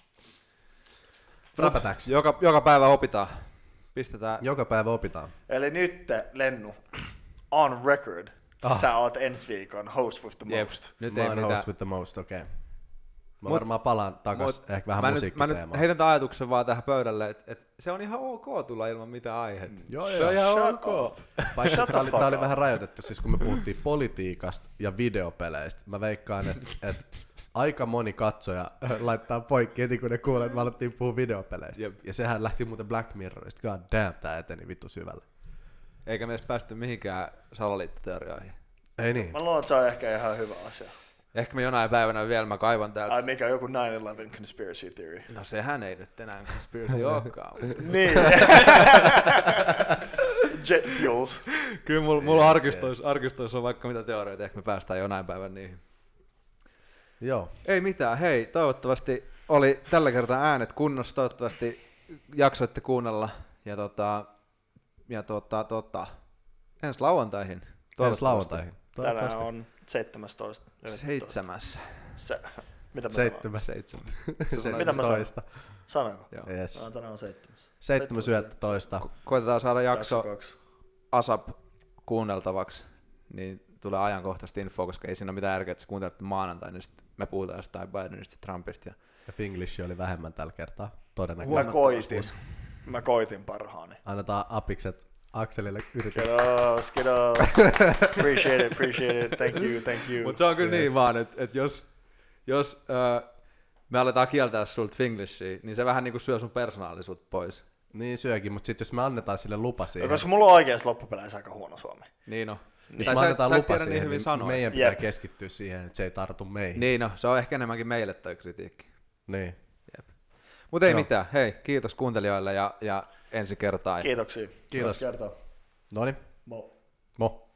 Räpätäks? Joka päivä opitaan. Pistetään. Joka päivä opitaan. Eli nyt, Lennu, on record, sä oot ensi viikon host with the most. Nyt mä ei oon mitään. host with the most, okei. Okay. Mä varmaan palaan takas ehkä vähän mä musiikkiteemaan. nyt heitän tämän ajatuksen vaan tähän pöydälle, että se on ihan ok tulla ilman mitään aihetta. Joo, Se on ihan ok. Paitsi tää oli vähän rajoitettu, siis kun me puhuttiin politiikasta ja videopeleistä. Mä veikkaan, että aika moni katsoja laittaa poikki heti, kun ne kuulee, että me alettiin puhua videopeleistä. Jep. Ja sehän lähti muuten Black Mirrorista. God damn, tää eteni vittu syvälle. Eikä me edes päästy mihinkään salaliittoteorioihin. Ei niin. Mä luulen, että se on ehkä ihan hyvä asia. Ehkä me jonain päivänä vielä mä kaivan täältä. Ai mikä joku 9/11 conspiracy theory. No sehän ei nyt enää conspiracy olekaan. Niin. Jet fuels. Kyllä mulla arkistoissa on vaikka mitä teorioita, ehkä me päästään jonain päivän niihin. Joo. Ei mitään, hei, toivottavasti oli tällä kertaa äänet kunnossa, toivottavasti jaksoitte kuunnella ja ensi lauantaihin. Ensi lauantaihin. Tänään on 17. 7. Mitä mä 7. 7. Mitä mä sanon? Sanonko? Joo. Yes. Tänään on 7. 7.11. Koitetaan saada jakso 2. ASAP kuunneltavaksi, niin tulee ajankohtaisesti infoa, koska ei siinä ole mitään järkeä, että sä kuuntelet maanantai, niin sitten me puhutaan jostain Bidenista ja Trumpista. Ja Finglish oli vähemmän tällä kertaa, todennäköisesti. Mä koitin parhaani. Annetaan apikset Akselille yritys. Skidos. Appreciate it. Thank you. Mutta se on kyllä niin vaan, että jos me aletaan kieltää sulta Finglishia, niin se vähän niinku syö sun persoonallisuutta pois. Niin syökin, mutta sitten jos me annetaan sille lupa siihen. Koska mulla on oikeasti loppupeleissä aika huono suomi. Niin on. Jos me annetaan lupa siihen, niin meidän pitää keskittyä siihen, että se ei tartu meihin. Niin no, se on ehkä enemmänkin meille toi kritiikki. Niin. Mutta ei mitään, hei, kiitos kuuntelijoille ja ensi kertaan. Kiitoksia. Kiitos. Kertaa. Noniin. Mo. Mo.